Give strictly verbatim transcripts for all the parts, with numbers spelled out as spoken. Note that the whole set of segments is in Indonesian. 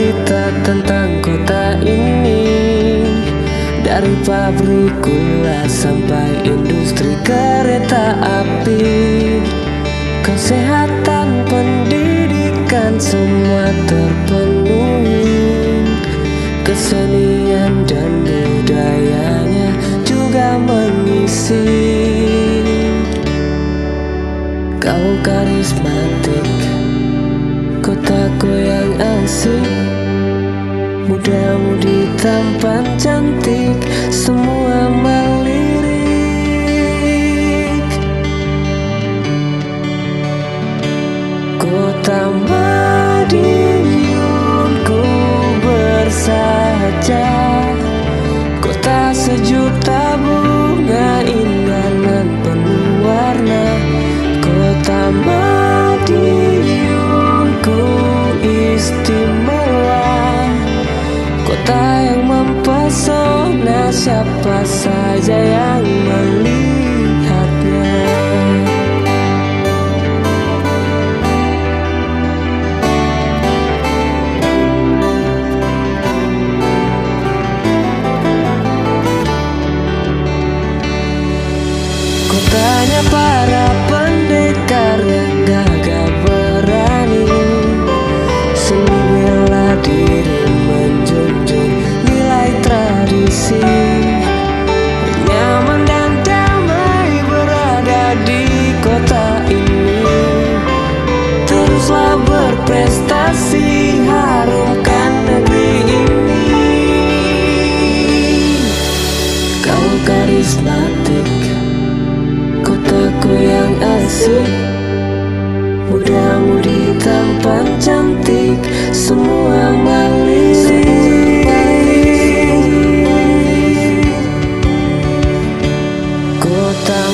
cerita tentang kota ini, dari pabrik gula sampai industri kereta api. Kesehatan, pendidikan semua terpenuhi. Kesenian dan budayanya juga mengisi. Kau karismatik, kotaku yang asik, muda-mudi tampan cantik, semua melirik. Kota Madiun ku bersahaja, kota sejuta bunga indah dan penuh warna. Kota Madiun ku istimewa, kota yang mempesona siapa saja yang melihatnya. Kotanya para pendekar yang gagah berani, seni bela diri menjunjung nilai tradisi. Nyaman dan damai berada di kota ini. Teruslah berprestasi, harumkan negeri ini. Kau karismatik, kotaku yang asik, muda-mudi tampan cantik, semua melirik. Kota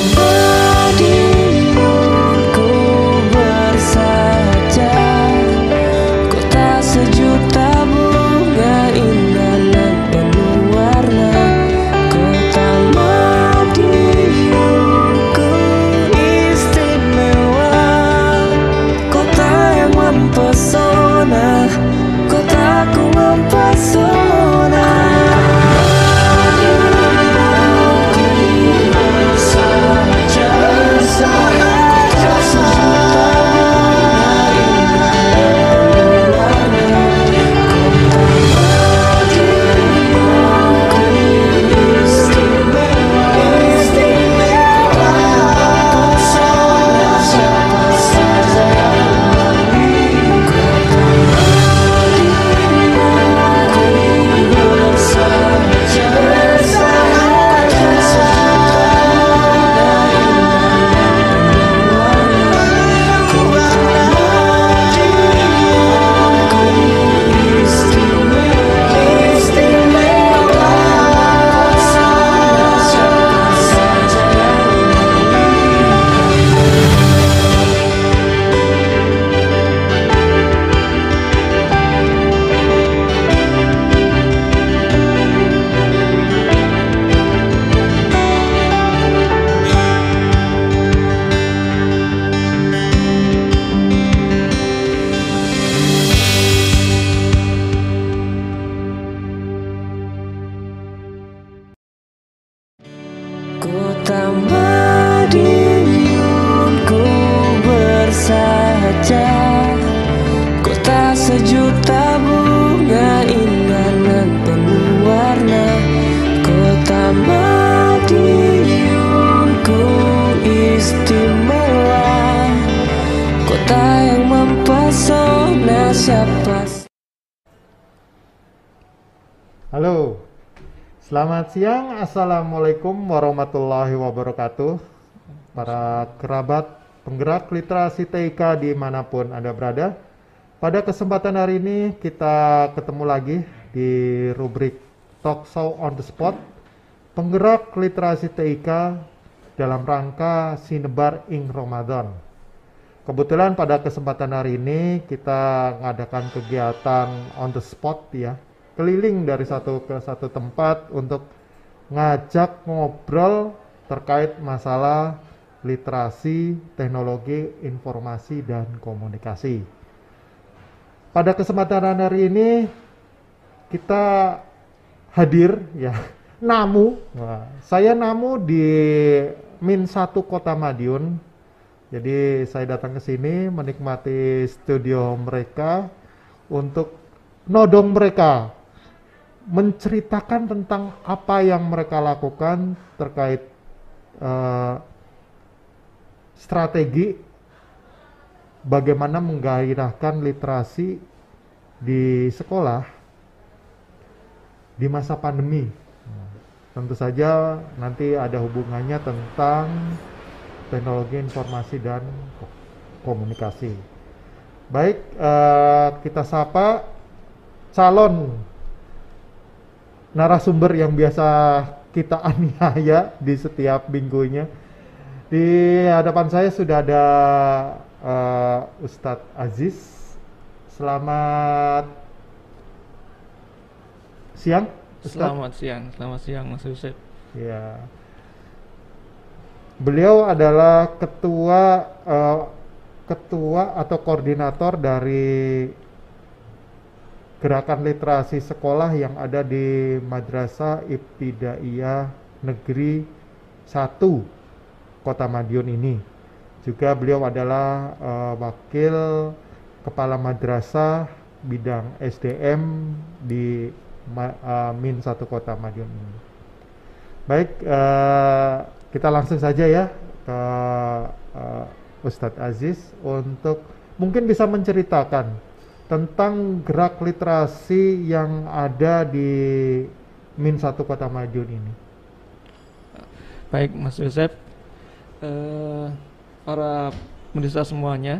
Madiun ku bersahaja, kota sejuta bunga indah dan penuh warna. Kota Madiun ku istimewa, kota yang mempesona, kotaku mempesona. Kota Madiun ku bersahaja, kota sejuta bunga indah dan penuh warna. Kota Madiun ku istimewa, kota yang mempesona siapa. Halo, selamat siang. Assalamualaikum warahmatullahi wabarakatuh. Para kerabat penggerak literasi T I K dimanapun Anda berada. Pada kesempatan hari ini kita ketemu lagi di rubrik Talk Show on the Spot, penggerak literasi T I K dalam rangka Sinebar ing Ramadan. Kebetulan pada kesempatan hari ini kita mengadakan kegiatan on the spot ya, keliling dari satu ke satu tempat untuk ngajak ngobrol terkait masalah literasi, teknologi, informasi, dan komunikasi. Pada kesempatan hari ini kita hadir ya, namu. Nah, saya namu di Min satu Kota Madiun. Jadi saya datang ke sini menikmati studio mereka untuk nodong mereka, menceritakan tentang apa yang mereka lakukan terkait uh, strategi bagaimana menggairahkan literasi di sekolah di masa pandemi. Tentu saja nanti ada hubungannya tentang teknologi informasi dan komunikasi. Baik, uh, kita sapa calon narasumber yang biasa kita aniaya di setiap minggunya. Di hadapan saya sudah ada uh, Ustadz Aziz. Selamat siang, Ustadz. Selamat siang, selamat siang Mas Yusuf. Ya. Beliau adalah ketua uh, ketua atau koordinator dari gerakan literasi sekolah yang ada di Madrasah Ibtidaiyah Negeri satu Kota Madiun ini. Juga beliau adalah uh, wakil kepala madrasah bidang S D M di uh, Min satu Kota Madiun ini. Baik, uh, kita langsung saja ya ke uh, Ustadz Aziz untuk mungkin bisa menceritakan tentang gerak literasi yang ada di Min satu Kota Madiun ini. Baik Mas Yusuf, uh, para pemirsa semuanya,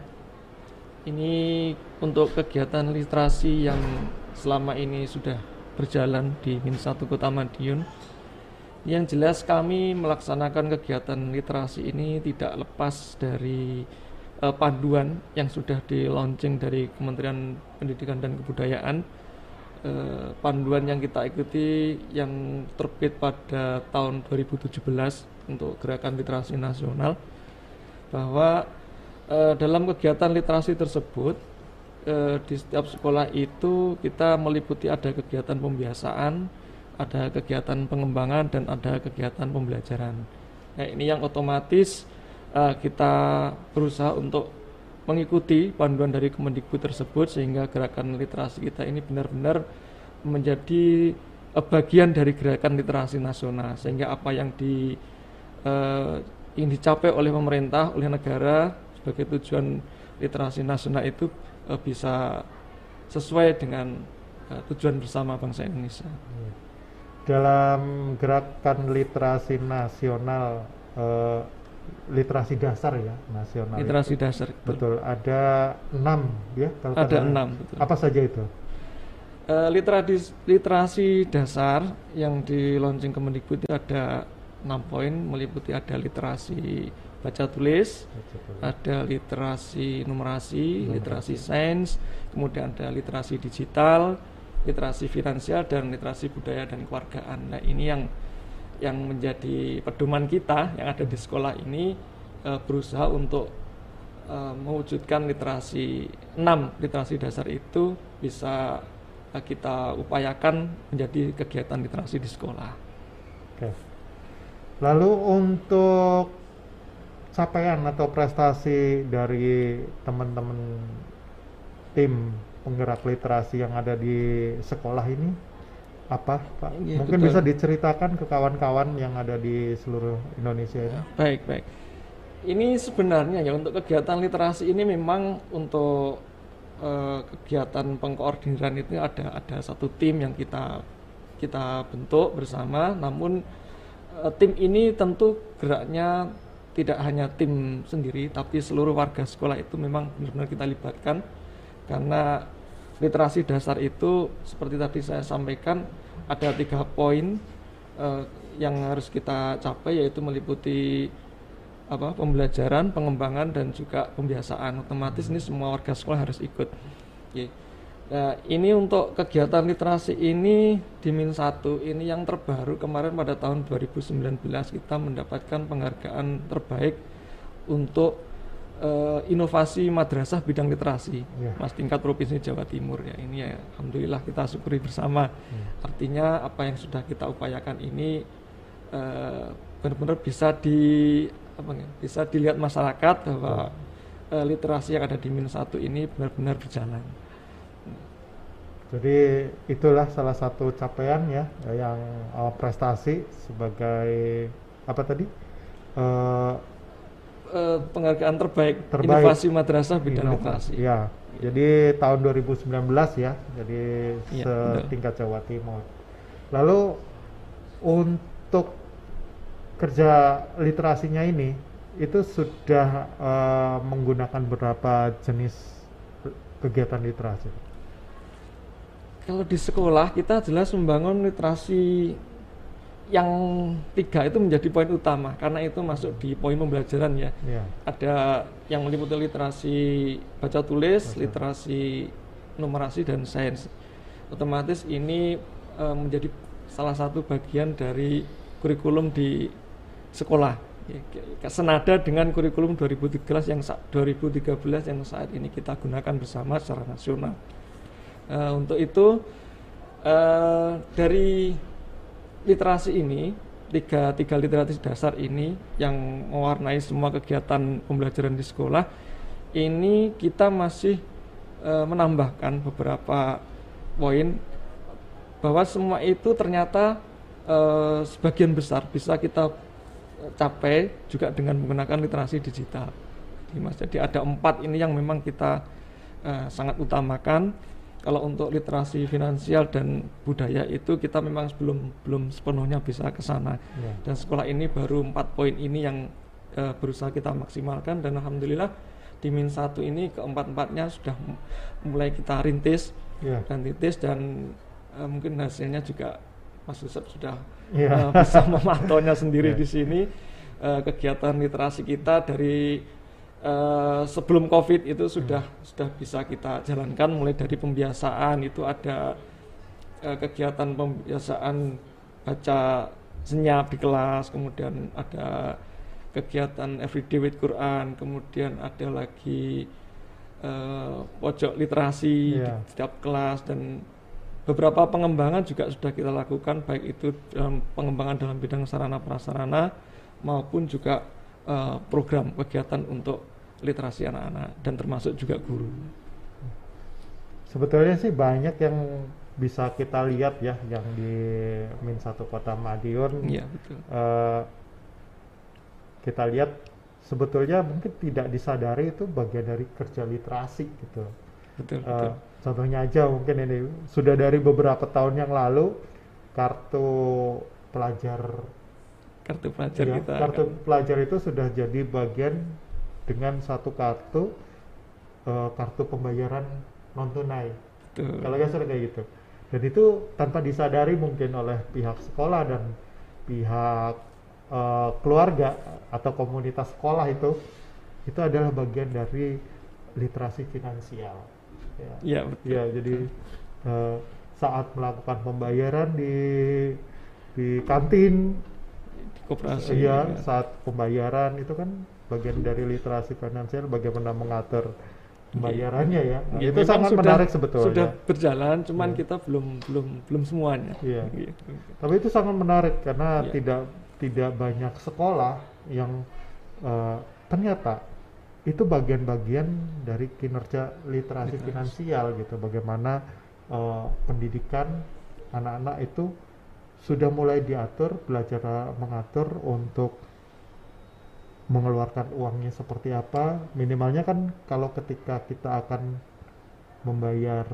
ini untuk kegiatan literasi yang selama ini sudah berjalan di Min satu Kota Madiun. Yang jelas kami melaksanakan kegiatan literasi ini tidak lepas dari uh, panduan yang sudah di launching dari Kementerian Pendidikan dan Kebudayaan. Uh, panduan yang kita ikuti yang terbit pada tahun dua ribu tujuh belas untuk Gerakan Literasi Nasional, bahwa uh, dalam kegiatan literasi tersebut uh, di setiap sekolah itu kita meliputi ada kegiatan pembiasaan, ada kegiatan pengembangan, dan ada kegiatan pembelajaran. Nah, ini yang otomatis uh, kita berusaha untuk mengikuti panduan dari Kemendikbud tersebut, sehingga gerakan literasi kita ini benar-benar menjadi uh, bagian dari gerakan literasi nasional, sehingga apa yang di uh, ingin dicapai oleh pemerintah, oleh negara sebagai tujuan literasi nasional itu uh, bisa sesuai dengan uh, tujuan bersama bangsa Indonesia. Dalam gerakan literasi nasional, eh, literasi dasar ya nasional. Literasi itu, dasar. Betul. Ada enam ya. Kalau ada enam. Betul. Apa saja itu? Uh, literasi, literasi dasar yang di launching Kemendikbud itu ada enam poin, meliputi ada literasi baca tulis, baca tulis. Ada literasi numerasi, numerasi, literasi sains, kemudian ada literasi digital, literasi finansial, dan literasi budaya dan kewargaan. Nah, ini yang yang menjadi pedoman kita yang ada di sekolah ini, e, berusaha untuk e, mewujudkan literasi enam literasi dasar itu bisa e, kita upayakan menjadi kegiatan literasi di sekolah. Oke. Lalu untuk capaian atau prestasi dari teman-teman tim penggerak literasi yang ada di sekolah ini apa, Pak? Ya, mungkin betul. Bisa diceritakan ke kawan-kawan yang ada di seluruh Indonesia ini. Baik, baik. Ini sebenarnya ya untuk kegiatan literasi ini memang untuk uh, kegiatan pengkoordinasian itu ada ada satu tim yang kita kita bentuk bersama. Namun uh, tim ini tentu geraknya tidak hanya tim sendiri, tapi seluruh warga sekolah itu memang benar-benar kita libatkan, karena literasi dasar itu seperti tadi saya sampaikan ada tiga poin uh, yang harus kita capai, yaitu meliputi apa pembelajaran, pengembangan, dan juga pembiasaan. Otomatis ini semua warga sekolah harus ikut. Oke. Nah, ini untuk kegiatan literasi ini di Min satu ini yang terbaru kemarin pada tahun dua ribu sembilan belas kita mendapatkan penghargaan terbaik untuk eh, inovasi madrasah bidang literasi, Ya. Mas, tingkat provinsi Jawa Timur ya. Ini ya alhamdulillah kita syukuri bersama. Hmm. Artinya apa yang sudah kita upayakan ini eh, benar-benar bisa di apa nih, bisa dilihat masyarakat bahwa eh, literasi yang ada di Min satu ini benar-benar berjalan. Jadi itulah salah satu capaian ya yang uh, prestasi sebagai apa tadi? Uh, Eh, penghargaan terbaik, Terbaik. inovasi madrasah bidang inovasi. literasi. Ya. Jadi tahun dua ribu sembilan belas ya. Jadi Iya, betul. setingkat Jawa Timur. Lalu untuk kerja literasinya ini itu sudah uh, menggunakan berapa jenis kegiatan literasi? Kalau di sekolah kita jelas membangun literasi yang tiga itu menjadi poin utama karena itu masuk di poin pembelajaran ya. Ya. Ada yang meliputi literasi baca tulis, Baca. literasi numerasi dan sains. Otomatis ini e, menjadi salah satu bagian dari kurikulum di sekolah. Ya, senada dengan kurikulum dua ribu tiga belas yang sa- dua ribu tiga belas yang saat ini kita gunakan bersama secara nasional. E, untuk itu e, dari literasi ini, tiga, tiga literasi dasar ini yang mewarnai semua kegiatan pembelajaran di sekolah, ini kita masih e, menambahkan beberapa poin bahwa semua itu ternyata e, sebagian besar bisa kita capai juga dengan menggunakan literasi digital. Jadi ada empat ini yang memang kita e, sangat utamakan. Kalau untuk literasi finansial dan budaya itu kita memang belum belum sepenuhnya bisa ke sana. Ya. Dan sekolah ini baru empat poin ini yang uh, berusaha kita maksimalkan dan alhamdulillah di Min satu ini keempat-empatnya sudah m- mulai kita rintis Ya. dan rintis dan uh, mungkin hasilnya juga Mas Yusuf sudah Ya. uh, bisa memantaunya sendiri Ya. di sini. Uh, kegiatan literasi kita dari Uh, sebelum COVID itu sudah hmm. sudah bisa kita jalankan mulai dari pembiasaan itu ada uh, kegiatan pembiasaan baca senyap di kelas, kemudian ada kegiatan everyday with Quran, kemudian ada lagi uh, pojok literasi Yeah. di setiap kelas dan beberapa pengembangan juga sudah kita lakukan baik itu dalam pengembangan dalam bidang sarana prasarana maupun juga uh, program kegiatan untuk literasi anak-anak dan termasuk juga guru. Sebetulnya sih banyak yang bisa kita lihat ya yang di Min satu Kota Madiun. Iya, betul. Eh, kita lihat sebetulnya mungkin tidak disadari itu bagian dari kerja literasi gitu. Betul, Eh, betul. contohnya aja mungkin ini sudah dari beberapa tahun yang lalu kartu pelajar Kartu pelajar ya, kita. kartu kan. pelajar itu sudah jadi bagian dengan satu kartu eh, kartu pembayaran non tunai. Betul. Kalau nggak salah kayak gitu. Dan itu tanpa disadari mungkin oleh pihak sekolah dan pihak eh, keluarga atau komunitas sekolah itu itu adalah bagian dari literasi finansial. Ya, Iya, betul. ya jadi eh, saat melakukan pembayaran di di kantin, Koperasi. iya ya. saat pembayaran itu kan bagian dari literasi finansial, bagaimana mengatur pembayarannya ya. Nah, Ya, itu memang sangat sudah- menarik sebetulnya. Sudah berjalan, cuman Ya. kita belum belum belum semuanya. Iya. Gitu. Tapi itu sangat menarik karena Iya. tidak tidak banyak sekolah yang eh, ternyata itu bagian-bagian dari kinerja literasi Literasi. finansial gitu. Bagaimana eh, pendidikan anak-anak itu sudah mulai diatur, belajar mengatur untuk mengeluarkan uangnya seperti apa. Minimalnya kan kalau ketika kita akan membayar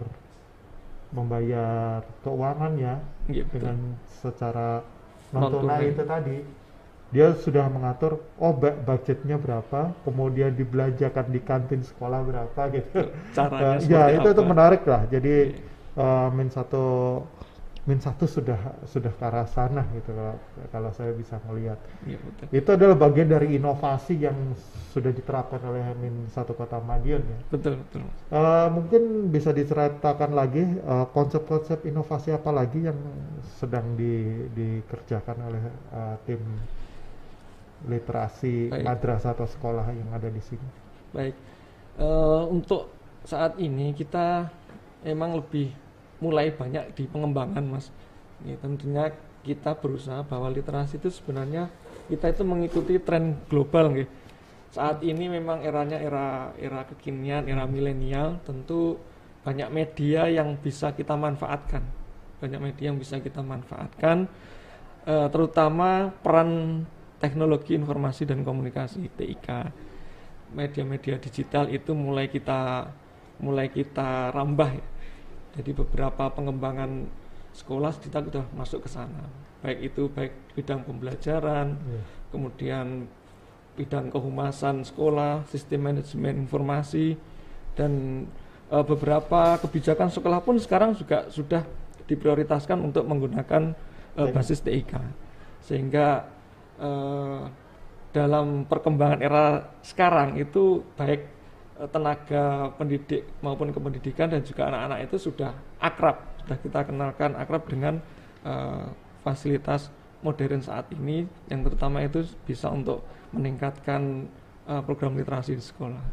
membayar keuangan ya Iya, betul. dengan secara non tunai Non-tunai. itu tadi, dia sudah mengatur oh ba- budgetnya berapa, kemudian dibelanjakan di kantin sekolah berapa gitu. Caranya Eh, seperti ya itu apa? itu menarik lah. Jadi Iya. eh, min satu min satu sudah sudah ke arah sana gitu kalau kalau saya bisa melihat. Iya, betul. Itu adalah bagian dari inovasi yang sudah diterapkan oleh Min satu Kota Madiun ya. Betul, betul. Eh, mungkin bisa diceritakan lagi eh, konsep-konsep inovasi apa lagi yang sedang di- dikerjakan oleh eh, tim literasi Baik. madrasah atau sekolah yang ada di sini. Baik, Eh, untuk saat ini kita emang lebih mulai banyak di pengembangan, Mas. Ini tentunya kita berusaha bahwa literasi itu sebenarnya kita itu mengikuti tren global, nggih. Saat ini memang eranya era era kekinian, era milenial, tentu banyak media yang bisa kita manfaatkan. Banyak media yang bisa kita manfaatkan, eh, terutama peran teknologi informasi dan komunikasi T I K. Media-media digital itu mulai kita mulai kita rambah ya. Jadi beberapa pengembangan sekolah kita sudah masuk ke sana. Baik itu baik bidang pembelajaran, yeah. kemudian bidang kehumasan sekolah, sistem manajemen informasi, dan e, beberapa kebijakan sekolah pun sekarang juga sudah diprioritaskan untuk menggunakan e, basis T I K. Sehingga e, dalam perkembangan era sekarang itu baik e, tenaga pendidik maupun kependidikan dan juga anak-anak itu sudah akrab, sudah kita kenalkan akrab dengan e, fasilitas modern saat ini, yang terutama itu bisa untuk meningkatkan e, program literasi di sekolah.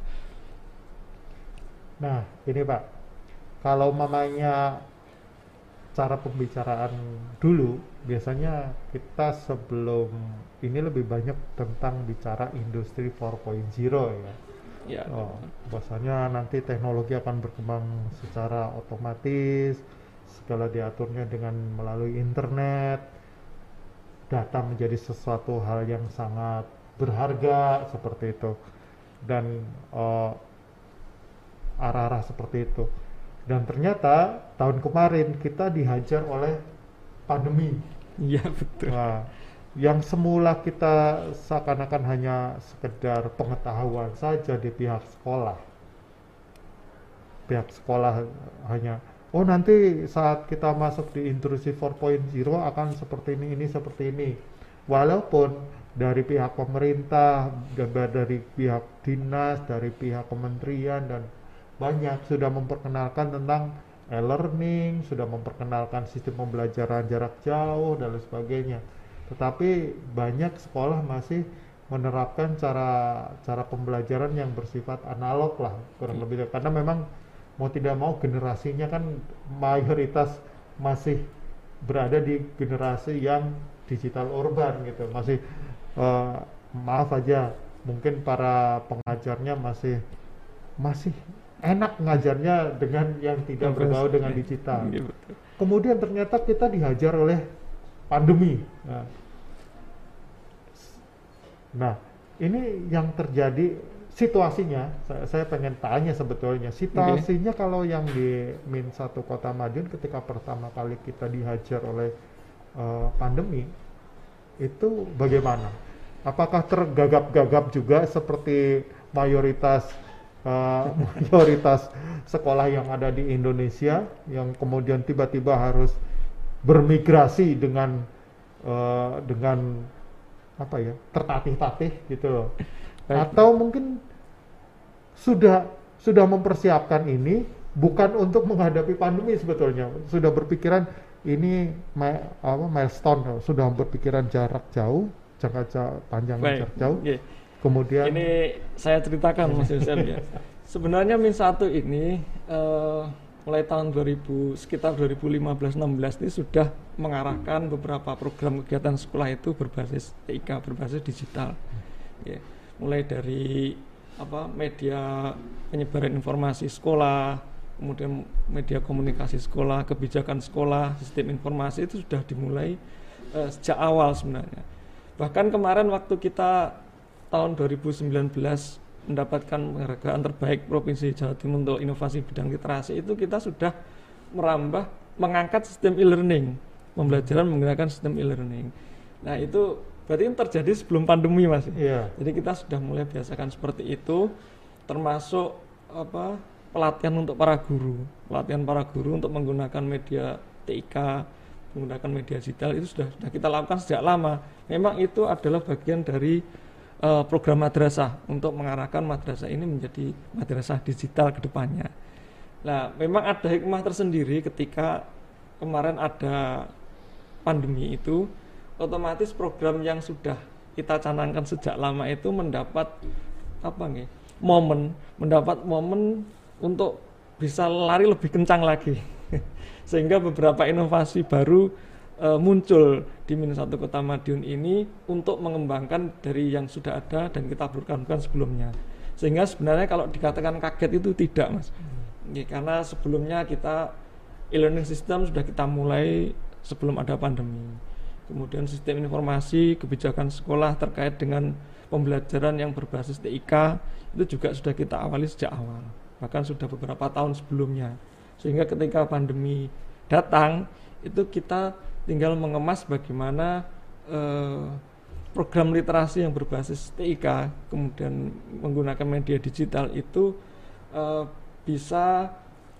Nah, ini Pak, kalau mamanya cara pembicaraan dulu, biasanya kita sebelum ini lebih banyak tentang bicara industri empat titik nol ya. Ya. Oh, bahwasanya nanti teknologi akan berkembang secara otomatis, segala diaturnya dengan melalui internet, data menjadi sesuatu hal yang sangat berharga seperti itu, dan uh, arah-arah seperti itu. Dan ternyata tahun kemarin kita dihajar oleh pandemi. Iya betul. Nah, yang semula kita seakan-akan hanya sekedar pengetahuan saja di pihak sekolah. Pihak sekolah hanya, oh nanti saat kita masuk di industri empat titik nol akan seperti ini, ini seperti ini. Walaupun dari pihak pemerintah, dari pihak dinas, dari pihak kementerian dan banyak sudah memperkenalkan tentang e-learning, sudah memperkenalkan sistem pembelajaran jarak jauh dan lain sebagainya. Tetapi banyak sekolah masih menerapkan cara cara pembelajaran yang bersifat analog lah, kurang lebih, karena memang mau tidak mau generasinya kan mayoritas masih berada di generasi yang digital urban gitu. Masih uh, maaf aja, mungkin para pengajarnya masih masih enak ngajarnya dengan yang tidak bergaul dengan digital. Kemudian ternyata kita dihajar oleh pandemi. Nah, nah ini yang terjadi situasinya. Saya, saya pengen tanya sebetulnya situasinya okay. Kalau yang di Min satu Kota Madiun ketika pertama kali kita dihajar oleh uh, pandemi itu bagaimana? Apakah tergagap-gagap juga seperti mayoritas Uh, mayoritas sekolah yang ada di Indonesia yang kemudian tiba-tiba harus bermigrasi dengan uh, dengan apa ya, tertatih-tatih gitu loh. Atau mungkin sudah sudah mempersiapkan ini bukan untuk menghadapi pandemi, sebetulnya sudah berpikiran ini ma apa milestone, sudah berpikiran jarak jauh, jangka jauh, panjang Baik. jarak jauh. Okay. Kemudian ini saya ceritakan Mas Yosef ya. Sebenarnya Min satu ini uh, mulai tahun dua ribu sekitar dua ribu lima belas enam belas ini sudah mengarahkan beberapa program kegiatan sekolah itu berbasis T I K, berbasis digital. Ya, mulai dari apa media penyebaran informasi sekolah, kemudian media komunikasi sekolah, kebijakan sekolah, sistem informasi itu sudah dimulai uh, sejak awal sebenarnya. Bahkan kemarin waktu kita tahun dua ribu sembilan belas mendapatkan penghargaan terbaik Provinsi Jawa Timur untuk inovasi bidang literasi, itu kita sudah merambah mengangkat sistem e-learning, pembelajaran menggunakan sistem e-learning. Nah itu berarti itu terjadi sebelum pandemi Mas. Yeah. Jadi kita sudah mulai biasakan seperti itu, termasuk apa pelatihan untuk para guru, pelatihan para guru untuk menggunakan media T I K, menggunakan media digital itu sudah sudah kita lakukan sejak lama. Memang itu adalah bagian dari Uh, program madrasah untuk mengarahkan madrasah ini menjadi madrasah digital ke depannya. Nah, memang ada hikmah tersendiri ketika kemarin ada pandemi itu, otomatis program yang sudah kita canangkan sejak lama itu mendapat apa nih? momen, mendapat momen untuk bisa lari lebih kencang lagi. Sehingga beberapa inovasi baru e, muncul di Min satu Kota Madiun ini untuk mengembangkan dari yang sudah ada dan kita programkan sebelumnya. Sehingga sebenarnya kalau dikatakan kaget itu tidak, Mas. Ya, karena sebelumnya kita e-learning system sudah kita mulai sebelum ada pandemi. Kemudian sistem informasi kebijakan sekolah terkait dengan pembelajaran yang berbasis T I K itu juga sudah kita awali sejak awal, bahkan sudah beberapa tahun sebelumnya. Sehingga ketika pandemi datang itu kita tinggal mengemas bagaimana eh, program literasi yang berbasis T I K kemudian menggunakan media digital itu eh, bisa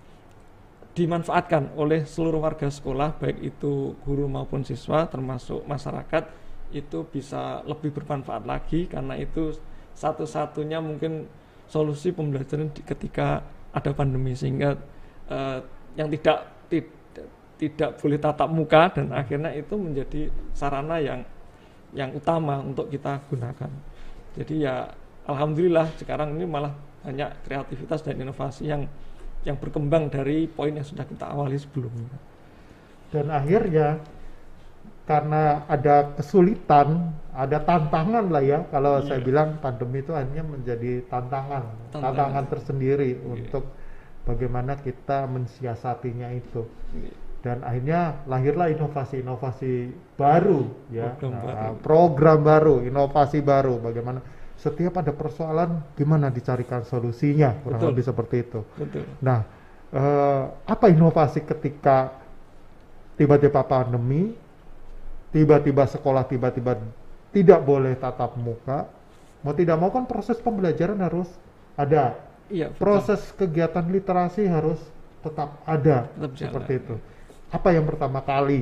dimanfaatkan oleh seluruh warga sekolah, baik itu guru maupun siswa termasuk masyarakat, itu bisa lebih bermanfaat lagi karena itu satu-satunya mungkin solusi pembelajaran di, ketika ada pandemi, sehingga eh, yang tidak, tidak tidak boleh tatap muka dan akhirnya itu menjadi sarana yang yang utama untuk kita gunakan. Jadi ya alhamdulillah sekarang ini malah banyak kreativitas dan inovasi yang yang berkembang dari poin yang sudah kita awali sebelumnya. Dan akhirnya karena ada kesulitan, ada tantangan lah ya. Kalau Iya. saya bilang pandemi itu hanya menjadi tantangan, Tantangan. tantangan tersendiri Iya. untuk bagaimana kita mensiasatinya itu. Iya. Dan akhirnya lahirlah inovasi-inovasi baru ya, Program Nah, baru. program baru, inovasi baru. Bagaimana setiap ada persoalan, gimana dicarikan solusinya, kurang Betul. lebih seperti itu. Betul. Nah, eh, apa inovasi ketika tiba-tiba pandemi, tiba-tiba sekolah tiba-tiba tidak boleh tatap muka, mau tidak mau kan proses pembelajaran harus ada, Iya, betul. proses kegiatan literasi harus tetap ada, Tetap jalan. seperti itu. Apa yang pertama kali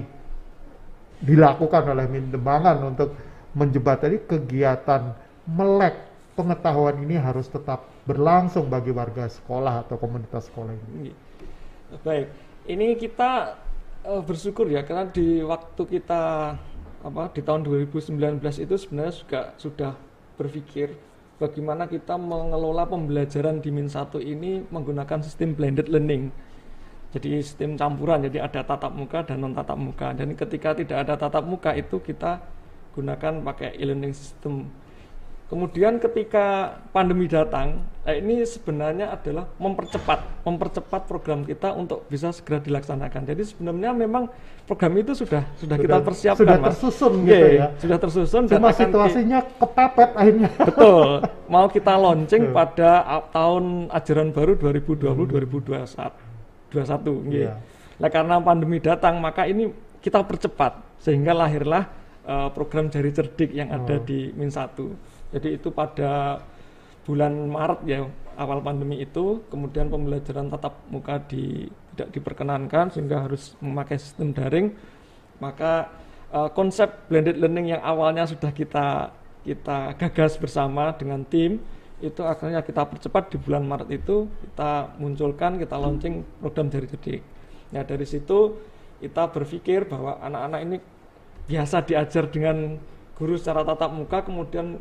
dilakukan oleh Min Dembangan untuk menjembatani kegiatan melek pengetahuan ini harus tetap berlangsung bagi warga sekolah atau komunitas sekolah ini? Iya. Baik, ini kita uh, bersyukur ya karena di waktu kita apa di tahun dua ribu sembilan belas itu sebenarnya juga sudah berpikir bagaimana kita mengelola pembelajaran di Min satu ini menggunakan sistem blended learning. Jadi sistem campuran, jadi ada tatap muka dan non tatap muka. Dan ketika tidak ada tatap muka itu kita gunakan pakai e-learning system. Kemudian ketika pandemi datang, eh, ini sebenarnya adalah mempercepat, mempercepat program kita untuk bisa segera dilaksanakan. Jadi sebenarnya memang program itu sudah sudah, Sudah- kita persiapkan, sudah Mas. tersusun Iya, gitu ya. Sudah tersusun. dan Cuma akan ki- situasinya kepepet akhirnya. betul. Mau kita launching Betul. pada a- tahun ajaran baru dua ribu dua puluh dua ribu dua puluh satu. nggih. Iya. Nah, karena pandemi datang, maka ini kita percepat sehingga lahirlah eh, program Jari Cerdik yang ada Oh. di Min satu. Jadi itu pada bulan Maret ya, awal pandemi itu, kemudian pembelajaran tatap muka di, tidak diperkenankan sehingga harus memakai sistem daring. Maka eh, konsep blended learning yang awalnya sudah kita kita gagas bersama dengan tim, itu akhirnya kita percepat di bulan Maret itu, kita munculkan, kita launching program Jari Cerdik. Nah, dari situ kita berpikir bahwa anak-anak ini biasa diajar dengan guru secara tatap muka, kemudian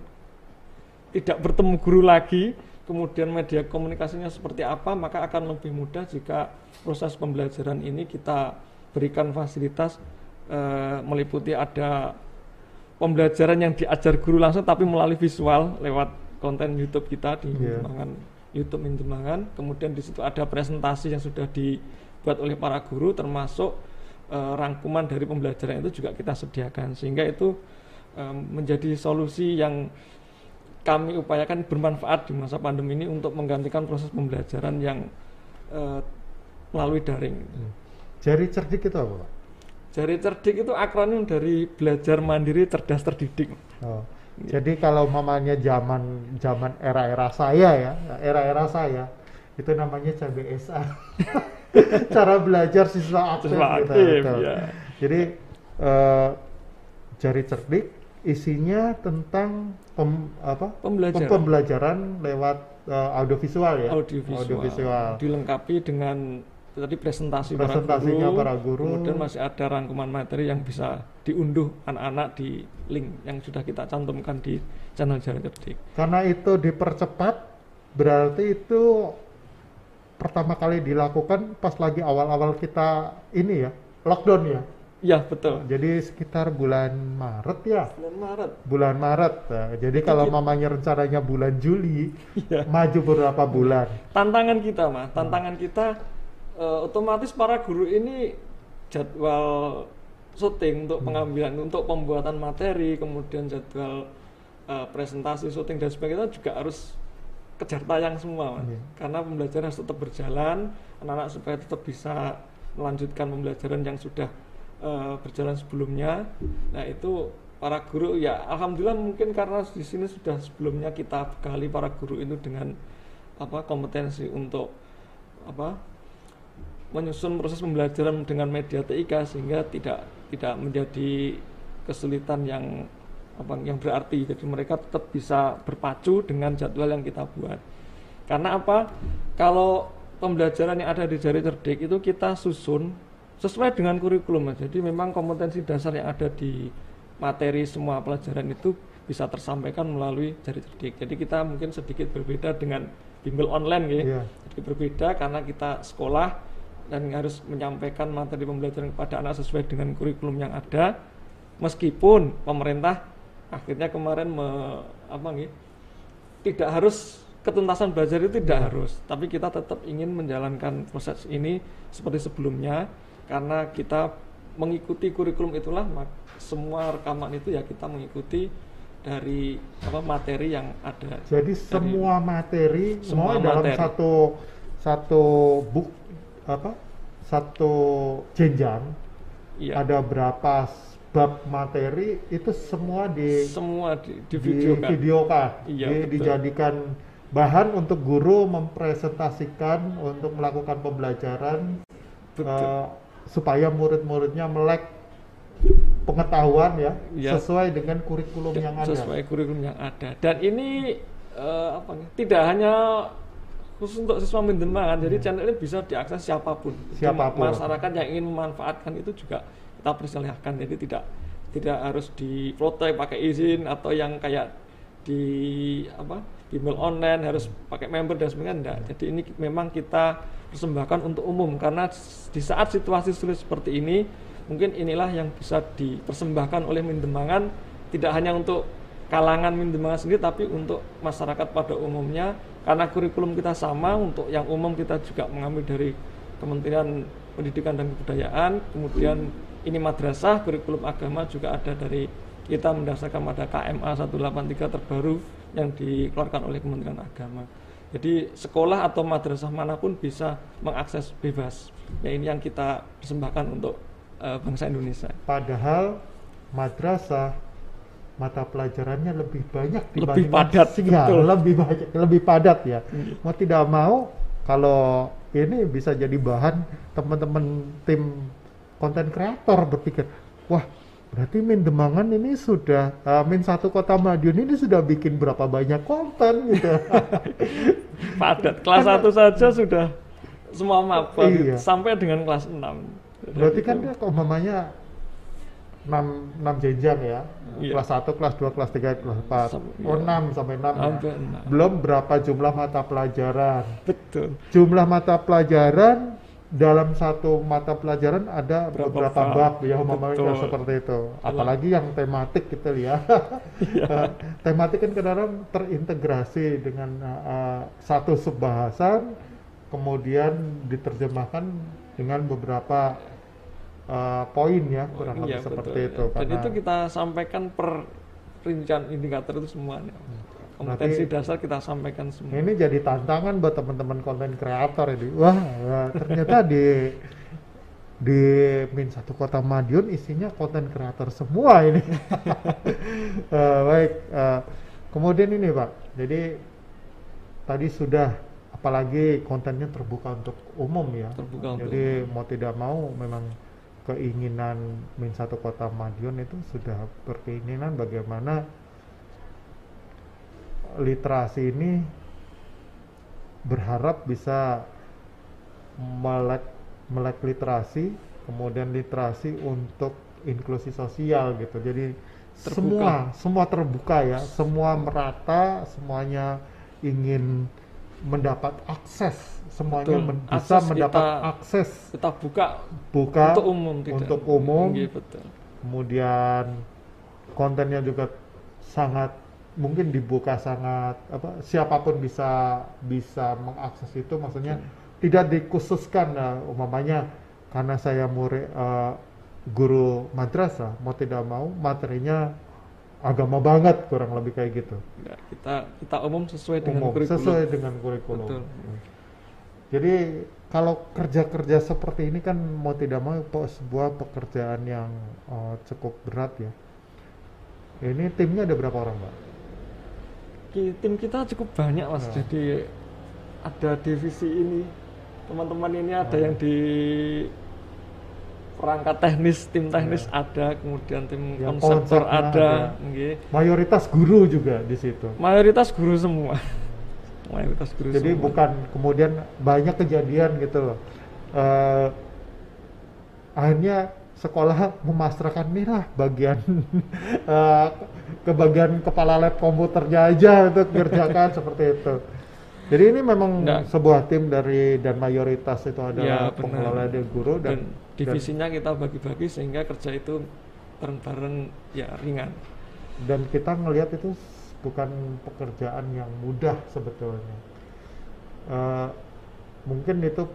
tidak bertemu guru lagi, kemudian media komunikasinya seperti apa, maka akan lebih mudah jika proses pembelajaran ini kita berikan fasilitas eh, meliputi ada pembelajaran yang diajar guru langsung tapi melalui visual lewat konten YouTube kita di Yeah. Dembangan, YouTube Min Dembangan. Kemudian di situ ada presentasi yang sudah dibuat oleh para guru, termasuk eh, rangkuman dari pembelajaran itu juga kita sediakan, sehingga itu eh, menjadi solusi yang kami upayakan bermanfaat di masa pandemi ini untuk menggantikan proses pembelajaran yang eh, melalui daring. Jari Cerdik itu apa, Pak? Jari Cerdik itu akronim dari belajar mandiri cerdas terdidik. Oh. Jadi kalau mamanya zaman zaman era-era saya ya, era-era saya itu namanya C B S A. Cara belajar siswa aktif, Siswa gitu, aktif, betul. ya. Jadi eh, Jari Cerdik isinya tentang pem, apa? Pembelajaran. pembelajaran lewat eh, audiovisual ya. Audiovisual, Audiovisual. dilengkapi dengan tadi presentasi Presentasinya para guru. Kemudian masih ada rangkuman materi yang bisa diunduh anak-anak di link yang sudah kita cantumkan di channel Jari Cerdik. Karena itu dipercepat berarti itu pertama kali dilakukan pas lagi awal-awal kita ini ya, lockdown ya. Iya, betul. Jadi sekitar bulan Maret ya. Bulan Maret. Bulan Maret. Nah, jadi kalau Iya. mamanya rencananya bulan Juli, Iya. maju beberapa bulan. Tantangan kita, Mas. Tantangan kita eh, otomatis para guru ini jadwal syuting untuk pengambilan, untuk pembuatan materi, kemudian jadwal eh, presentasi, syuting dan sebagainya juga harus kejar tayang semua, Mas. Iya. Karena pembelajaran harus tetap berjalan, anak-anak supaya tetap bisa melanjutkan pembelajaran yang sudah Uh, berjalan sebelumnya. Nah, itu para guru ya alhamdulillah mungkin karena di sini sudah sebelumnya kita bekali para guru itu dengan apa kompetensi untuk apa menyusun proses pembelajaran dengan media T I K sehingga tidak tidak menjadi kesulitan yang apa yang berarti. Jadi mereka tetap bisa berpacu dengan jadwal yang kita buat. Karena apa? Kalau pembelajaran yang ada di Jari Cerdik itu kita susun sesuai dengan kurikulum, Mas. Jadi memang kompetensi dasar yang ada di materi semua pelajaran itu bisa tersampaikan melalui Jari Cerdik. Jadi kita mungkin sedikit berbeda dengan bimbel online ya. Iya. Jadi berbeda karena kita sekolah dan harus menyampaikan materi pembelajaran kepada anak sesuai dengan kurikulum yang ada. Meskipun pemerintah akhirnya kemarin me, apa nih, tidak harus ketuntasan belajar itu tidak Iya. harus, tapi kita tetap ingin menjalankan proses ini seperti sebelumnya. Karena kita mengikuti kurikulum itulah semua rekaman itu ya kita mengikuti dari apa materi yang ada. Jadi semua materi semua semua dalam materi. satu satu buk apa satu jenjang Iya. ada berapa bab materi itu semua di Semua di, di di videokan. videokan. Iya, Di- betul. dijadikan bahan untuk guru mempresentasikan untuk melakukan pembelajaran Betul. eh, supaya murid-muridnya melek pengetahuan ya, Iya. sesuai dengan kurikulum Dan yang ada. sesuai kurikulum yang ada. Dan ini eh, apa nih? Tidak hanya khusus untuk siswa Mindemangan, jadi channel ini bisa diakses siapapun. Jadi Siapapun. masyarakat yang ingin memanfaatkan itu juga kita persilahkan. Jadi tidak tidak harus difoto pakai izin atau yang kayak di apa bimbel online harus pakai member dan sebagainya enggak. Jadi ini memang kita persembahkan untuk umum karena di saat situasi sulit seperti ini mungkin inilah yang bisa dipersembahkan oleh Mindemangan tidak hanya untuk kalangan Mindemangan sendiri tapi untuk masyarakat pada umumnya karena kurikulum kita sama. Untuk yang umum kita juga mengambil dari Kementerian Pendidikan dan Kebudayaan, kemudian ini madrasah kurikulum agama juga ada dari kita mendasarkan pada K M A seratus delapan puluh tiga terbaru yang dikeluarkan oleh Kementerian Agama. Jadi sekolah atau madrasah manapun bisa mengakses bebas. Ya ini yang kita persembahkan untuk uh, bangsa Indonesia. Padahal madrasah mata pelajarannya lebih banyak Lebih dibandingkan padat, Singa, betul. lebih banyak, lebih padat ya. Iya. Mau tidak mau, kalau ini bisa jadi bahan teman-teman tim konten kreator berpikir, wah berarti Mindemangan ini sudah uh, Min satu Kota Madiun ini sudah bikin berapa banyak konten gitu. Padat. Kelas satu saja sudah semua mapel Iya. sampai dengan kelas enam. Berarti kan dia kok mamanya enam, enam jenjang ya. Iya. Kelas satu, kelas dua, kelas tiga, kelas empat. Sam- Oh, iya. enam sampai enam. ya. Sampai enam. Belum berapa jumlah mata pelajaran. Betul. Jumlah mata pelajaran dalam satu mata pelajaran ada Berapa beberapa bab. bab ya umpamanya Betul. kalau seperti itu. Apalagi yang tematik kita lihat. Iya. Eh, tematik kan kadang-kadang terintegrasi dengan eh, eh, satu subbahasan, kemudian diterjemahkan dengan beberapa eh, poin ya, kurang lebih Iya, seperti betul. itu. Dan Karena itu kita sampaikan per rincian indikator itu semuanya. Kompetensi Berarti- dasar kita sampaikan semua. ini jadi tantangan buat teman-teman konten kreator ini. Wah, wah, ternyata di di Min satu Kota Madiun isinya konten kreator semua ini. Eh, baik, eh, kemudian ini Pak, jadi tadi sudah apalagi kontennya terbuka untuk umum ya. Terbuka untuk Jadi mau tidak mau memang keinginan Min satu Kota Madiun itu sudah berkeinginan bagaimana literasi ini berharap bisa melek melek literasi, kemudian literasi untuk inklusi sosial gitu. Jadi Terbuka. semua semua terbuka ya, semua merata, semuanya ingin mendapat akses, semuanya Betul. men- bisa Akses mendapat kita- akses Kita buka buka untuk umum, tidak untuk umum. Iya, betul. Kemudian kontennya juga sangat mungkin dibuka sangat apa siapapun bisa bisa mengakses itu, maksudnya tidak dikhususkan nah, umpamanya karena saya murid eh, guru madrasah mau tidak mau materinya agama banget, kurang lebih kayak gitu. Enggak, kita kita umum sesuai dengan Umum kurikulum. sesuai dengan kurikulum. Betul. Jadi kalau kerja-kerja seperti ini kan mau tidak mau po- sebuah pekerjaan yang eh, cukup berat ya. Ini timnya ada berapa orang, Pak? Ki- Tim kita cukup banyak mas, Nah. jadi ada divisi ini, teman-teman ini ada Oh. yang di perangkat teknis, tim teknis Ya. ada, kemudian tim Yang konseptor konsepnya ada, ada. nggih. Mayoritas guru juga di situ. Mayoritas guru semua. Mayoritas guru Jadi semua. bukan kemudian banyak kejadian gitu loh. Eh, akhirnya sekolah memasrahkan nih lah bagian eh, ke bagian kepala lab komputernya aja untuk kerjakan seperti itu. Jadi ini memang Nggak. sebuah tim dari dan mayoritas itu Ya, adalah benar. pengelola dari guru dan, Dan divisinya kita bagi-bagi sehingga kerja itu bareng-bareng ya ringan. dan, dan kita ngelihat itu bukan pekerjaan yang mudah sebetulnya. Eh, mungkin itu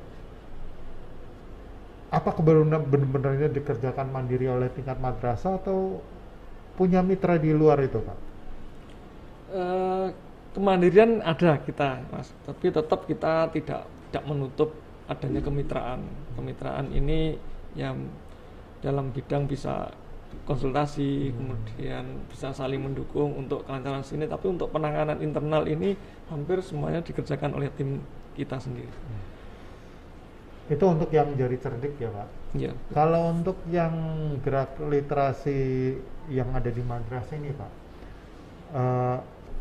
apa benar-benarnya dikerjakan mandiri oleh tingkat madrasah atau punya mitra di luar itu, Pak? Eh, kemandirian ada kita mas, tapi tetap kita tidak tidak menutup adanya kemitraan. Kemitraan ini yang dalam bidang bisa konsultasi, kemudian bisa saling mendukung untuk kelancaran sini. Tapi untuk penanganan internal ini hampir semuanya dikerjakan oleh tim kita sendiri. Itu untuk yang jari cerdik ya, Pak. Ya, Kalau untuk yang gerak literasi yang ada di madrasah ini, Pak, eh,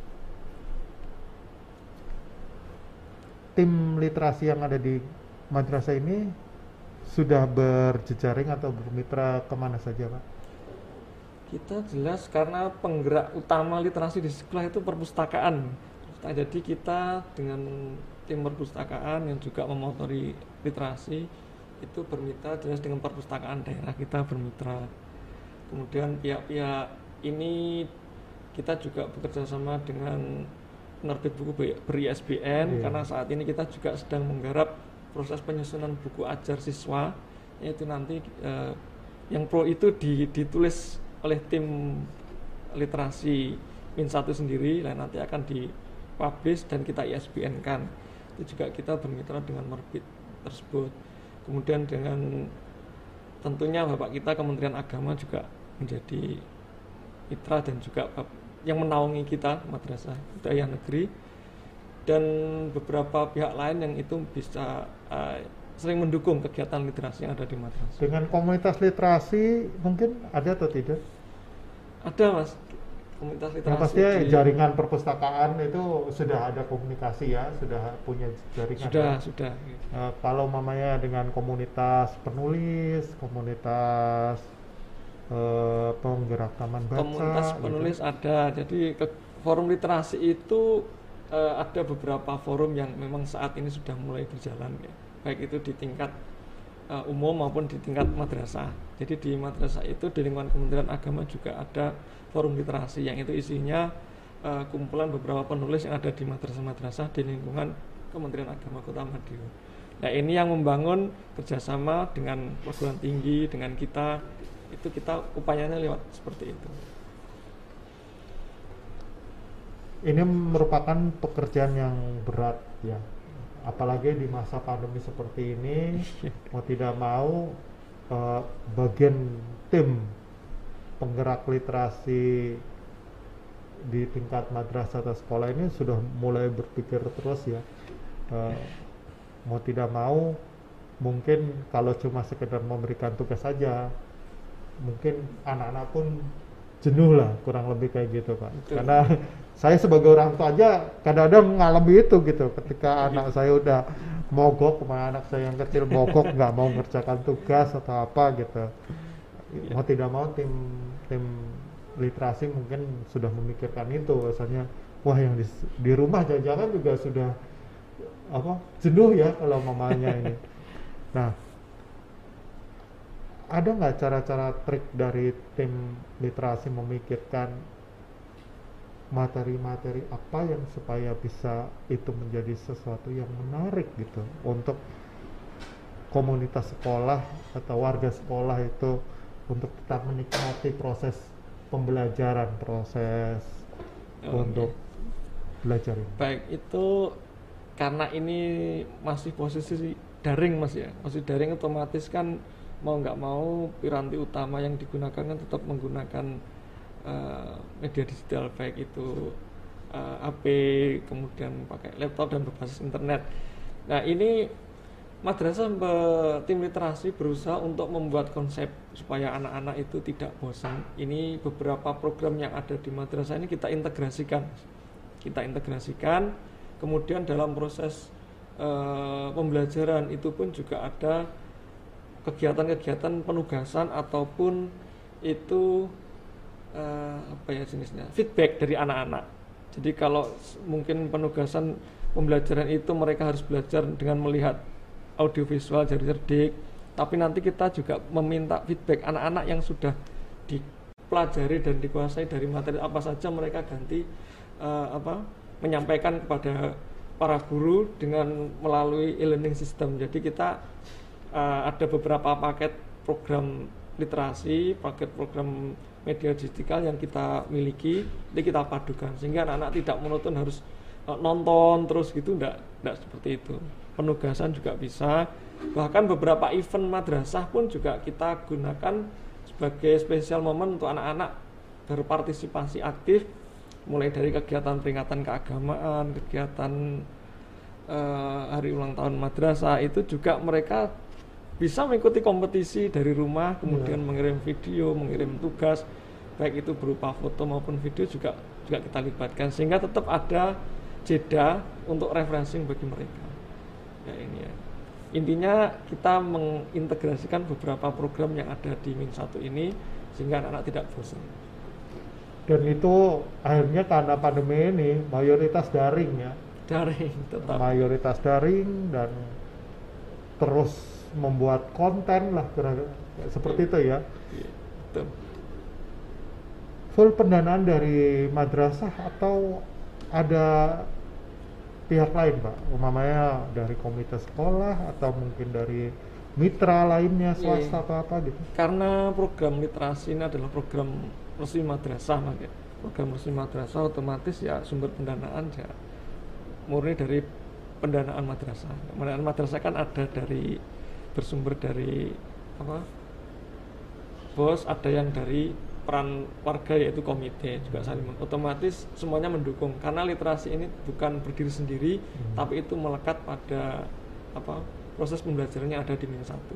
tim literasi yang ada di madrasah ini sudah berjejaring atau bermitra kemana saja, Pak? kita jelas karena penggerak utama literasi di sekolah itu perpustakaan. Jadi kita dengan tim perpustakaan yang juga memotori literasi itu bermitra jelas dengan perpustakaan daerah, kita bermitra. Kemudian pihak-pihak ini kita juga bekerja sama dengan penerbit buku ber-I S B N. Iya. Karena saat ini kita juga sedang menggarap proses penyusunan buku ajar siswa, yaitu nanti eh, yang pro itu di, ditulis oleh tim literasi Min satu sendiri, dan nanti akan dipublish dan kita I S B N kan. Itu juga kita bermitra dengan penerbit tersebut. Kemudian dengan tentunya Bapak kita Kementerian Agama juga menjadi mitra dan juga yang menaungi kita Madrasah Hidayah Negeri, dan beberapa pihak lain yang itu bisa uh, sering mendukung kegiatan literasi yang ada di madrasah. Dengan komunitas literasi mungkin ada atau tidak? Ada mas, komunitas literasi. Yang pasti di- jaringan perpustakaan itu sudah ada komunikasi ya, sudah punya jaringan. sudah ya? sudah. Eh, kalau mamanya dengan komunitas penulis, komunitas eh, penggerak taman baca, Komunitas gitu. penulis ada. Jadi ke forum literasi itu eh, ada beberapa forum yang memang saat ini sudah mulai berjalan ya. Baik itu di tingkat eh, umum maupun di tingkat madrasah. Jadi di madrasah itu di lingkungan Kementerian Agama juga ada forum literasi yang itu isinya eh, kumpulan beberapa penulis yang ada di madrasah-madrasah di lingkungan Kementerian Agama Kota Madiun. Nah ini yang membangun kerjasama dengan perguruan tinggi, dengan kita, itu kita upayanya lewat seperti itu. Ini merupakan pekerjaan yang berat ya, apalagi di masa pandemi seperti ini. Mau tidak mau eh, bagian tim penggerak literasi di tingkat madrasah atau sekolah ini sudah mulai berpikir terus ya. Eh, mau tidak mau mungkin kalau cuma sekedar memberikan tugas saja, mungkin anak-anak pun jenuh lah, kurang lebih kayak gitu Pak. Betul. Karena saya sebagai orang tua aja kadang-kadang mengalami itu gitu, ketika anak saya udah mogok, sama anak saya yang kecil mogok nggak mau mengerjakan tugas atau apa gitu. Mau tidak mau tim tim literasi mungkin sudah memikirkan itu, bahwasanya wah yang di, di rumah jangan-jangan juga sudah apa jenuh ya kalau mamanya ini. Nah, ada nggak cara-cara trik dari tim literasi memikirkan materi-materi apa yang supaya bisa itu menjadi sesuatu yang menarik gitu untuk komunitas sekolah atau warga sekolah itu untuk tetap menikmati proses pembelajaran, proses Oh, untuk iya. belajar ini. Baik, itu karena ini masih posisi daring Mas ya, masih daring, otomatis kan mau nggak mau piranti utama yang digunakan kan tetap menggunakan uh, media digital, baik itu uh, H P, kemudian pakai laptop dan berbasis internet. Nah ini madrasah be- tim literasi berusaha untuk membuat konsep supaya anak-anak itu tidak bosan. Ini beberapa program yang ada di madrasah ini kita integrasikan, kita integrasikan. Kemudian dalam proses uh, pembelajaran itu pun juga ada kegiatan-kegiatan penugasan ataupun itu uh, apa ya jenisnya, feedback dari anak-anak. Jadi kalau s- mungkin penugasan pembelajaran itu mereka harus belajar dengan melihat audiovisual jari cerdik, tapi nanti kita juga meminta feedback anak-anak yang sudah dipelajari dan dikuasai dari materi apa saja, mereka ganti uh, apa menyampaikan kepada para guru dengan melalui e-learning system. Jadi kita uh, ada beberapa paket program literasi, paket program media digital yang kita miliki, jadi kita padukan sehingga anak-anak tidak monoton harus uh, nonton terus gitu, enggak, enggak seperti itu. Penugasan juga bisa, bahkan beberapa event madrasah pun juga kita gunakan sebagai spesial momen untuk anak-anak berpartisipasi aktif, mulai dari kegiatan peringatan keagamaan, kegiatan uh, hari ulang tahun madrasah, itu juga mereka bisa mengikuti kompetisi dari rumah, kemudian Iya. mengirim video, mengirim tugas, baik itu berupa foto maupun video juga juga kita libatkan sehingga tetap ada jeda untuk refreshing bagi mereka. Ya ini ya. Intinya kita mengintegrasikan beberapa program yang ada di Min satu ini sehingga anak-anak tidak bosan. Dan itu akhirnya karena pandemi ini mayoritas daring ya, Daring tetap. mayoritas daring dan terus membuat konten lah kira-kira seperti itu ya. Iya, betul. Full pendanaan dari madrasah atau ada pihak lain Pak, umpamanya dari komite sekolah atau mungkin dari mitra lainnya swasta Iya. atau apa gitu. Karena program literasi ini adalah program resmi madrasah, Mas ya. Program resmi madrasah otomatis ya sumber pendanaan ya murni dari pendanaan madrasah. Pendanaan madrasah kan ada dari bersumber dari apa? Bos, ada yang dari peran warga yaitu komite juga saling men- otomatis semuanya mendukung karena literasi ini bukan berdiri sendiri, Hmm. tapi itu melekat pada apa proses pembelajarannya ada di Min satu.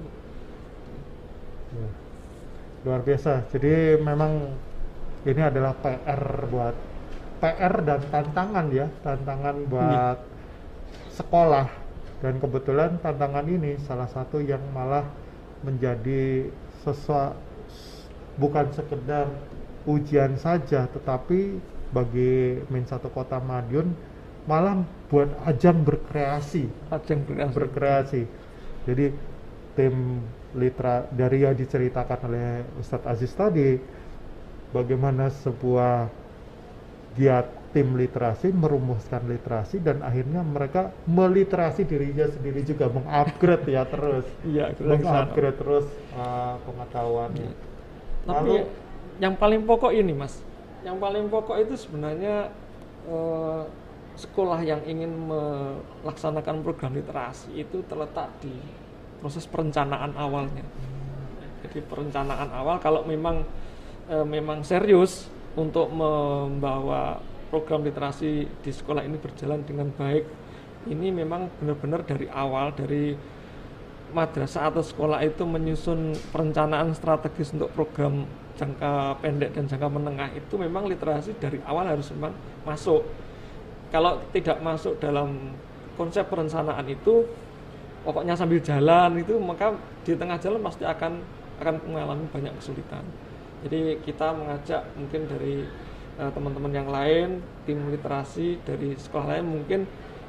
Ya. Luar biasa. Jadi memang ini adalah P R buat P R dan tantangan ya, tantangan buat sekolah. Dan kebetulan tantangan ini salah satu yang malah menjadi sesuatu bukan sekedar ujian saja, tetapi bagi Min satu Kota Madiun malah buat ajang berkreasi, Ajang berkreasi. berkreasi. Jadi tim litra dari yang diceritakan oleh Ustadz Aziz tadi, bagaimana sebuah giat tim literasi merumuskan literasi dan akhirnya mereka meliterasi dirinya sendiri juga, mengupgrade ya terus, Iya, kita ke sana. mengupgrade terus uh, pengetahuannya. Iya. Tapi Lalu- yang paling pokok ini, Mas, yang paling pokok itu sebenarnya eh, sekolah yang ingin melaksanakan program literasi itu terletak di proses perencanaan awalnya. Jadi perencanaan awal kalau memang eh, memang serius untuk membawa program literasi di sekolah ini berjalan dengan baik, ini memang benar-benar dari awal, dari madrasah atau sekolah itu menyusun perencanaan strategis untuk program jangka pendek dan jangka menengah, itu memang literasi dari awal harus memang masuk. Kalau tidak masuk dalam konsep perencanaan itu, pokoknya sambil jalan itu, maka di tengah jalan pasti akan akan mengalami banyak kesulitan. Jadi kita mengajak mungkin dari uh, teman-teman yang lain, tim literasi dari sekolah lain mungkin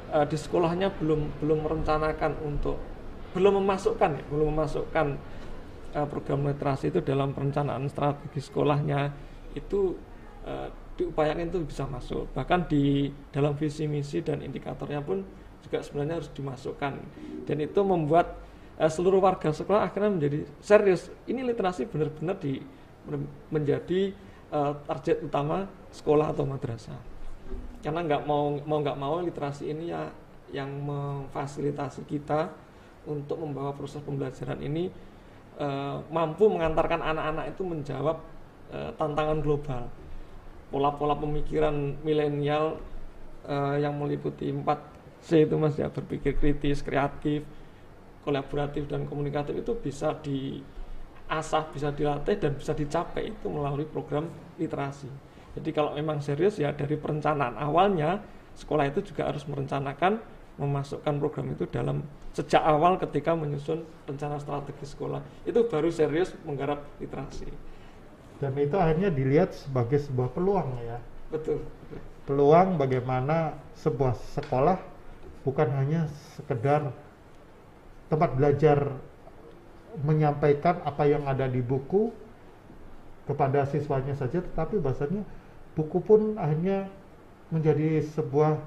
uh, di sekolahnya belum belum merencanakan untuk belum memasukkan ya, belum memasukkan uh, program literasi itu dalam perencanaan strategi sekolahnya, itu uh, diupayakan itu bisa masuk. Bahkan di dalam visi misi dan indikatornya pun juga sebenarnya harus dimasukkan, dan itu membuat uh, seluruh warga sekolah akhirnya menjadi serius. Ini literasi benar-benar di menjadi uh, target utama sekolah atau madrasah. Karena nggak mau mau nggak mau literasi ini ya yang memfasilitasi kita untuk membawa proses pembelajaran ini uh, mampu mengantarkan anak-anak itu menjawab uh, tantangan global. Pola-pola pemikiran milenial uh, yang meliputi empat C itu Mas ya, berpikir kritis, kreatif, kolaboratif dan komunikatif, itu bisa diasah, bisa dilatih dan bisa dicapai itu melalui program literasi. Jadi kalau memang serius ya dari perencanaan awalnya sekolah itu juga harus merencanakan memasukkan program itu dalam sejak awal ketika menyusun rencana strategi sekolah, itu baru serius menggarap literasi. Dan itu akhirnya dilihat sebagai sebuah peluang ya. Betul. Peluang bagaimana sebuah sekolah bukan hanya sekedar tempat belajar menyampaikan apa yang ada di buku kepada siswanya saja, tetapi bahasanya buku pun akhirnya menjadi sebuah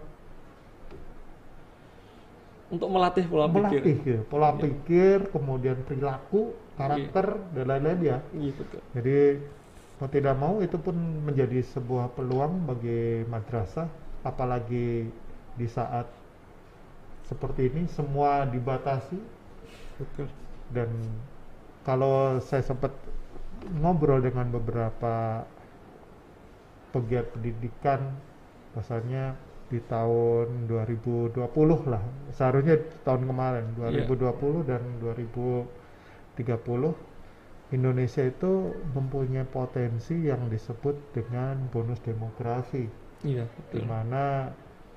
untuk melatih pola melatih, pikir. ya, pola ya. pikir, kemudian perilaku, karakter ya. Dan lain-lain ya. Iya betul. Jadi mau tidak mau itu pun menjadi sebuah peluang bagi madrasah, apalagi di saat seperti ini semua dibatasi. Betul. Dan kalau saya sempat ngobrol dengan beberapa pegiat pendidikan, bahasanya di tahun dua ribu dua puluh lah, seharusnya tahun kemarin dua ribu dua puluh yeah. dan dua ribu tiga puluh Indonesia itu mempunyai potensi yang disebut dengan bonus demografi, yeah, di mana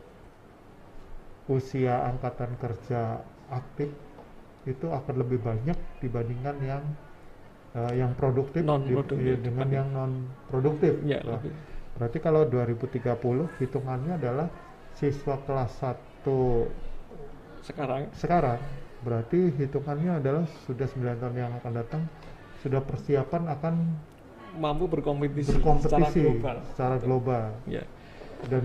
usia angkatan kerja aktif itu akan lebih banyak dibandingkan yang uh, yang produktif non produktif di, dengan yang non produktif. Ya, nah, berarti kalau dua ribu tiga puluh hitungannya adalah siswa kelas satu sekarang sekarang berarti hitungannya adalah sudah sembilan tahun yang akan datang sudah persiapan akan mampu berkompetisi, berkompetisi secara global, secara global. Ya. Dan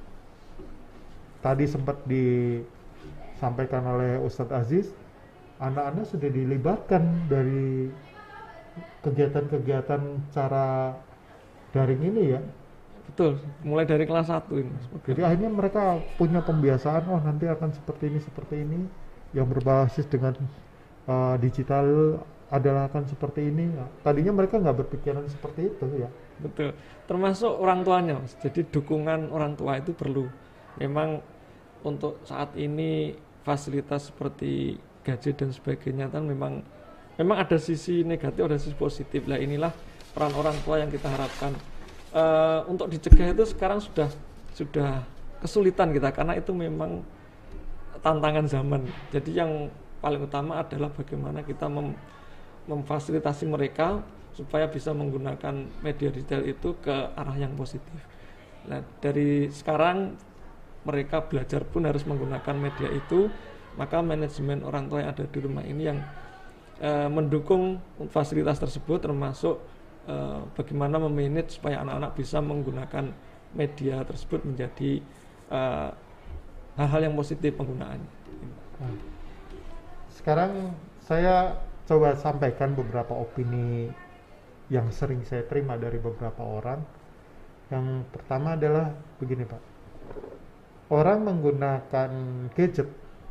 tadi sempat disampaikan oleh Ustadz Aziz, anak-anak sudah dilibatkan dari kegiatan-kegiatan cara daring ini ya. Betul, mulai dari kelas satu ini. Jadi akhirnya mereka punya pembiasaan, oh nanti akan seperti ini, seperti ini, yang berbasis dengan uh, digital adalah akan seperti ini. Nah, tadinya mereka nggak berpikiran seperti itu ya. Betul, termasuk orang tuanya Mas. Jadi dukungan orang tua itu perlu. Memang untuk saat ini fasilitas seperti gadget dan sebagainya kan memang memang ada sisi negatif, ada sisi positif. Lah inilah peran orang tua yang kita harapkan. Uh, untuk dicegah itu sekarang sudah sudah kesulitan kita karena itu memang tantangan zaman. Jadi yang paling utama adalah bagaimana kita mem, memfasilitasi mereka supaya bisa menggunakan media digital itu ke arah yang positif. Nah, dari sekarang mereka belajar pun harus menggunakan media itu, maka manajemen orang tua yang ada di rumah ini yang uh, mendukung fasilitas tersebut, termasuk Uh, bagaimana memanage supaya anak-anak bisa menggunakan media tersebut menjadi uh, hal-hal yang positif penggunaannya. Nah, sekarang saya coba sampaikan beberapa opini yang sering saya terima dari beberapa orang. Yang pertama adalah begini Pak, orang menggunakan gadget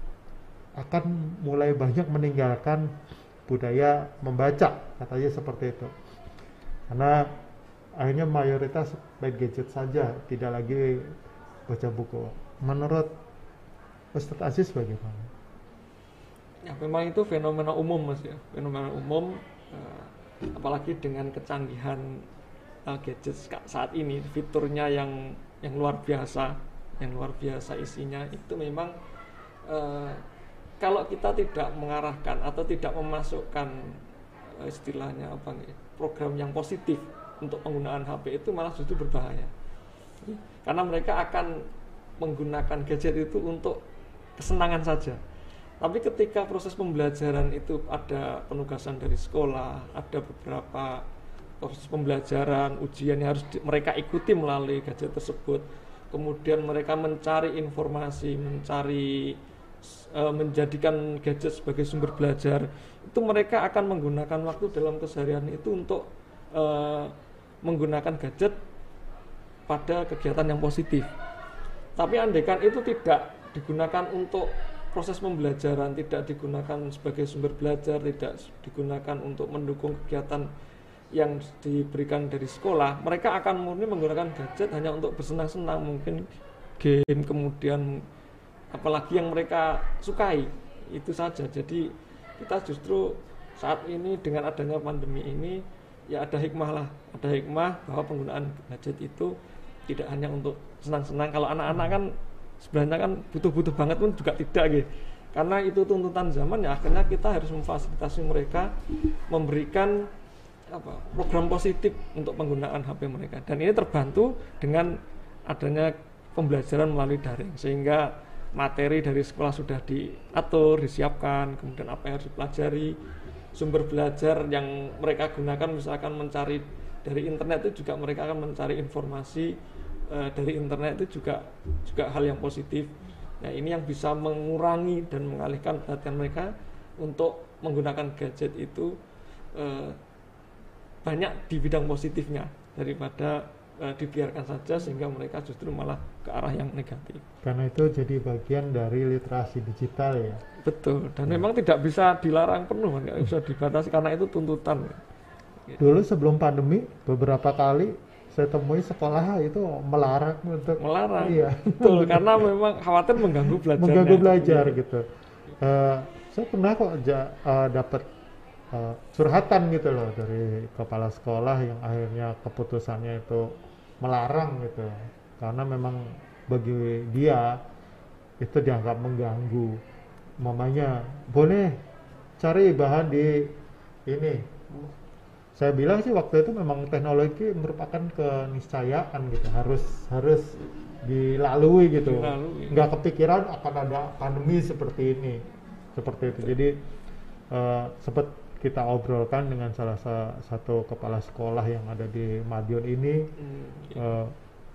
akan mulai banyak meninggalkan budaya membaca, katanya seperti itu. Karena akhirnya mayoritas main gadget saja, tidak lagi baca buku. Menurut Ustadz Aziz bagaimana? Ya memang itu fenomena umum Mas ya, fenomena umum, uh, apalagi dengan kecanggihan uh, gadget saat ini, fiturnya yang yang luar biasa, yang luar biasa isinya, itu memang uh, kalau kita tidak mengarahkan atau tidak memasukkan uh, istilahnya apa nih, program yang positif untuk penggunaan H P itu malah justru berbahaya. Karena mereka akan menggunakan gadget itu untuk kesenangan saja. Tapi ketika proses pembelajaran itu ada penugasan dari sekolah, ada beberapa proses pembelajaran, ujian yang harus di, mereka ikuti melalui gadget tersebut. Kemudian mereka mencari informasi, mencari e, menjadikan gadget sebagai sumber belajar. Itu mereka akan menggunakan waktu dalam keseharian itu untuk e, menggunakan gadget pada kegiatan yang positif. Tapi andaikan itu tidak digunakan untuk proses pembelajaran, tidak digunakan sebagai sumber belajar, tidak digunakan untuk mendukung kegiatan yang diberikan dari sekolah, mereka akan murni menggunakan gadget hanya untuk bersenang-senang, mungkin game, kemudian apalagi yang mereka sukai, itu saja. Jadi kita justru saat ini dengan adanya pandemi ini, ya ada hikmah lah, ada hikmah bahwa penggunaan gadget itu tidak hanya untuk senang-senang. Kalau anak-anak kan sebenarnya kan butuh-butuh banget pun juga tidak gitu. Karena itu tuntutan zaman, ya akhirnya kita harus memfasilitasi mereka, memberikan apa, program positif untuk penggunaan H P mereka. Dan ini terbantu dengan adanya pembelajaran melalui daring, sehingga materi dari sekolah sudah diatur, disiapkan, kemudian apa yang harus dipelajari, sumber belajar yang mereka gunakan, misalkan mencari dari internet itu juga mereka akan mencari informasi dari internet itu juga juga hal yang positif. Nah, ini yang bisa mengurangi dan mengalihkan perhatian mereka untuk menggunakan gadget itu eh, banyak di bidang positifnya daripada eh, dibiarkan saja sehingga mereka justru malah ke arah yang negatif. Karena itu jadi bagian dari literasi digital ya. Betul. Dan ya, memang tidak bisa dilarang penuh, nggak bisa dibatasi karena itu tuntutan. Dulu sebelum pandemi beberapa kali saya temui sekolah itu melarang untuk melarang, iya. Betul, karena memang khawatir mengganggu belajar. Mengganggu belajar gitu. Uh, saya pernah kok ja, uh, dapat uh, curhatan gitu loh dari kepala sekolah yang akhirnya keputusannya itu melarang gitu, karena memang bagi dia itu dianggap mengganggu. Mamanya boleh cari bahan di ini. Saya bilang sih waktu itu memang teknologi merupakan keniscayaan gitu, harus harus dilalui gitu. Dilalui. Nggak kepikiran akan ada pandemi seperti ini, seperti itu. Jadi uh, sempat kita obrolkan dengan salah satu kepala sekolah yang ada di Madiun ini, hmm, uh,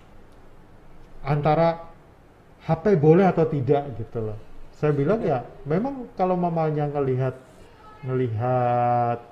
antara H P boleh atau tidak gitu loh. Saya bilang ya, memang kalau mamanya ngelihat ngelihat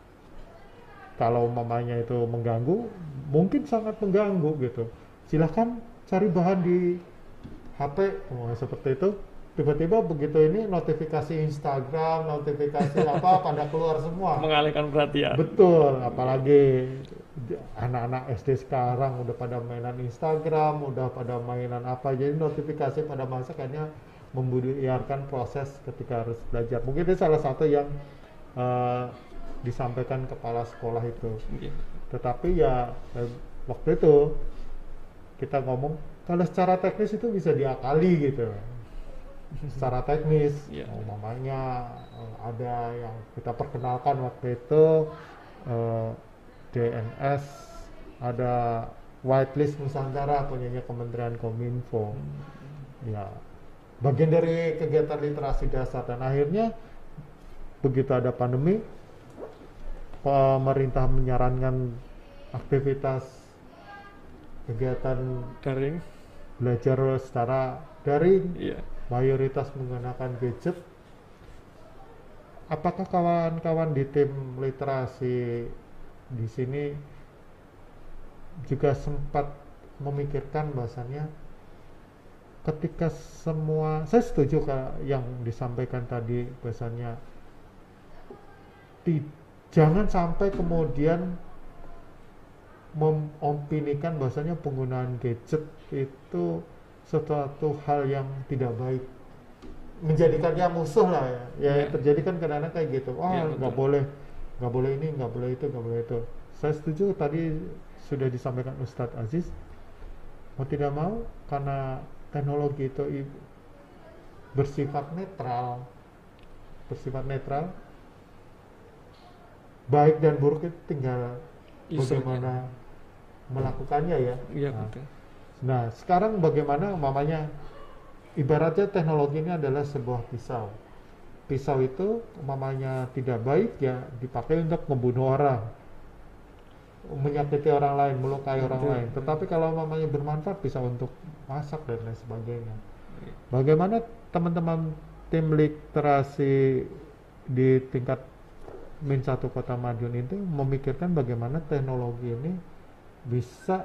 kalau mamanya itu mengganggu, mungkin sangat mengganggu gitu. Silahkan cari bahan di H P, oh, seperti itu. Tiba-tiba begitu ini notifikasi Instagram, notifikasi apa pada keluar semua. Mengalihkan perhatian. Betul, apalagi anak-anak S D sekarang udah pada mainan Instagram, udah pada mainan apa. Jadi notifikasi pada masa kayaknya membudiarkan proses ketika harus belajar. Mungkin itu salah satu yang uh, disampaikan kepala sekolah itu. Yeah. Tetapi ya eh, waktu itu kita ngomong kalau secara teknis itu bisa diakali gitu. Secara teknis, yeah. oh, mamanya eh, ada yang kita perkenalkan waktu itu eh, D N S, ada whitelist Nusantara punyanya Kementerian Kominfo. Hmm. Ya, bagian dari kegiatan literasi dasar, dan akhirnya begitu ada pandemi, pemerintah menyarankan aktivitas kegiatan daring, belajar secara daring, yeah. mayoritas menggunakan gadget. Apakah kawan-kawan di tim literasi di sini juga sempat memikirkan bahwasannya ketika semua, saya setuju yang disampaikan tadi bahwasannya tidak, jangan sampai kemudian mengopinikan bahwasanya penggunaan gadget itu sesuatu hal yang tidak baik, menjadikannya musuh lah ya. Ya, ya. Terjadi kan kadang-kadang kayak gitu. Wah, ya, nggak boleh, nggak boleh ini, nggak boleh itu, nggak boleh itu. Saya setuju tadi sudah disampaikan Ustadz Aziz. Mau tidak mau, karena teknologi itu bersifat netral, bersifat netral. Baik dan buruk itu tinggal bagaimana melakukannya ya. Iya, nah, betul. Nah, sekarang bagaimana umpamanya ibaratnya teknologi ini adalah sebuah pisau. Pisau itu umpamanya tidak baik ya dipakai untuk membunuh orang, menyakiti orang lain, melukai orang Betul. lain. Tetapi kalau umpamanya bermanfaat bisa untuk masak dan lain sebagainya. Bagaimana teman-teman tim literasi di tingkat Min satu Kota Madiun itu memikirkan bagaimana teknologi ini bisa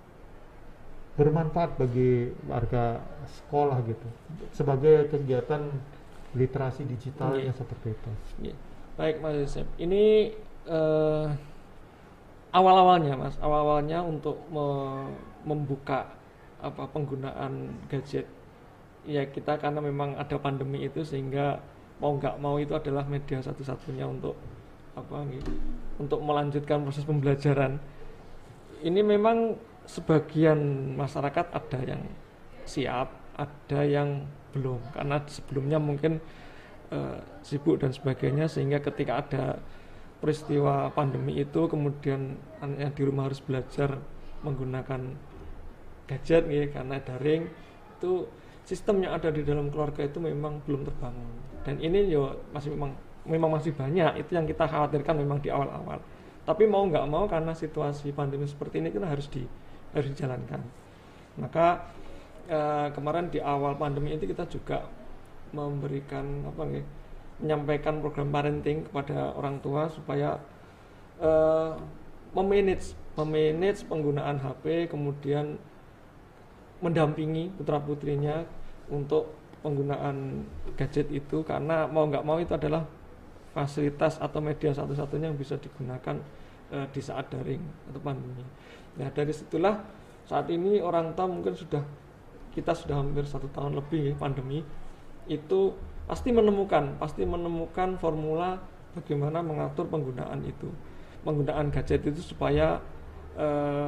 bermanfaat bagi warga sekolah gitu sebagai kegiatan literasi digitalnya Iya. seperti itu. Iya. Baik Mas Yosep, ini eh, awal-awalnya Mas, awal-awalnya untuk me- membuka apa penggunaan gadget. Ya kita karena memang ada pandemi itu sehingga mau nggak mau itu adalah media satu-satunya untuk apa gitu, untuk melanjutkan proses pembelajaran. Ini memang sebagian masyarakat ada yang siap, ada yang belum karena sebelumnya mungkin eh, sibuk dan sebagainya sehingga ketika ada peristiwa pandemi itu kemudian anaknya di rumah harus belajar menggunakan gadget ya, karena daring itu sistem yang ada di dalam keluarga itu memang belum terbangun dan ini yo masih memang memang masih banyak itu yang kita khawatirkan memang di awal-awal. Tapi mau nggak mau karena situasi pandemi seperti ini kita harus di harus dijalankan. Maka eh, kemarin di awal pandemi itu kita juga memberikan apa nih, menyampaikan program parenting kepada orang tua supaya eh, memanage memanage penggunaan H P, kemudian mendampingi putra putrinya untuk penggunaan gadget itu karena mau nggak mau itu adalah fasilitas atau media satu-satunya yang bisa digunakan e, di saat daring atau pandemi. Nah dari situlah saat ini orang tua mungkin sudah kita sudah hampir satu tahun lebih pandemi itu pasti menemukan pasti menemukan formula bagaimana mengatur penggunaan itu penggunaan gadget itu supaya e,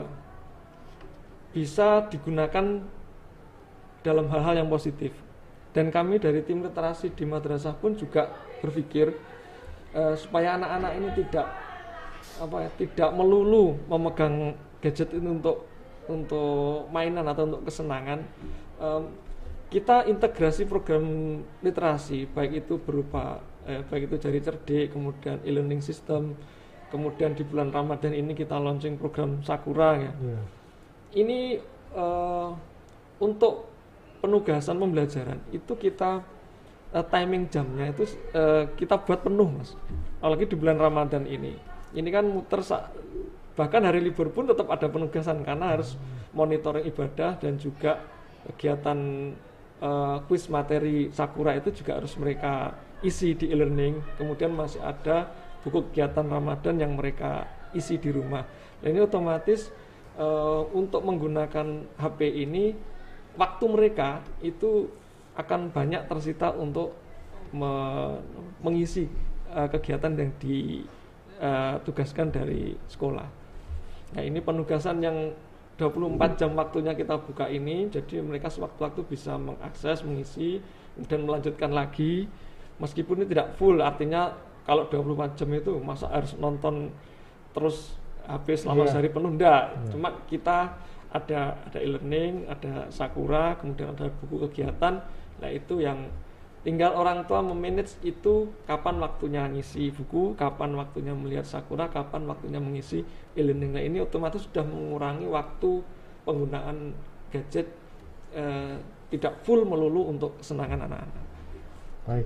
bisa digunakan dalam hal-hal yang positif. Dan kami dari tim literasi di madrasah pun juga berpikir Uh, supaya anak-anak ini tidak apa ya, tidak melulu memegang gadget ini untuk untuk mainan atau untuk kesenangan. Um, kita integrasi program literasi baik itu berupa eh, baik itu Jari Cerdik, kemudian e-learning system, kemudian di bulan Ramadan ini kita launching program Sakura ya. Yeah. Ini uh, untuk penugasan pembelajaran itu kita Uh, timing jamnya itu uh, kita buat penuh Mas, apalagi di bulan Ramadan ini. Ini kan muter sa- bahkan hari libur pun tetap ada penugasan karena harus monitoring ibadah dan juga kegiatan uh, kuis materi Sakura itu juga harus mereka isi di e-learning. Kemudian masih ada buku kegiatan Ramadan yang mereka isi di rumah. Dan ini otomatis uh, untuk menggunakan H P ini waktu mereka itu akan banyak tersita untuk me- mengisi uh, kegiatan yang ditugaskan uh, dari sekolah. Nah ini penugasan yang dua puluh empat jam waktunya kita buka ini, jadi mereka sewaktu-waktu bisa mengakses, mengisi, dan melanjutkan lagi. Meskipun ini tidak full, artinya kalau dua puluh empat jam itu masa harus nonton terus H P selama Yeah. sehari penuh, enggak. Yeah. Cuma kita ada ada e-learning, ada Sakura, kemudian ada buku kegiatan. Nah itu yang tinggal orang tua memanage itu kapan waktunya ngisi buku, kapan waktunya melihat Sakura, kapan waktunya mengisi e-learning. Nah ini otomatis sudah mengurangi waktu penggunaan gadget eh, tidak full melulu untuk kesenangan anak-anak. Baik.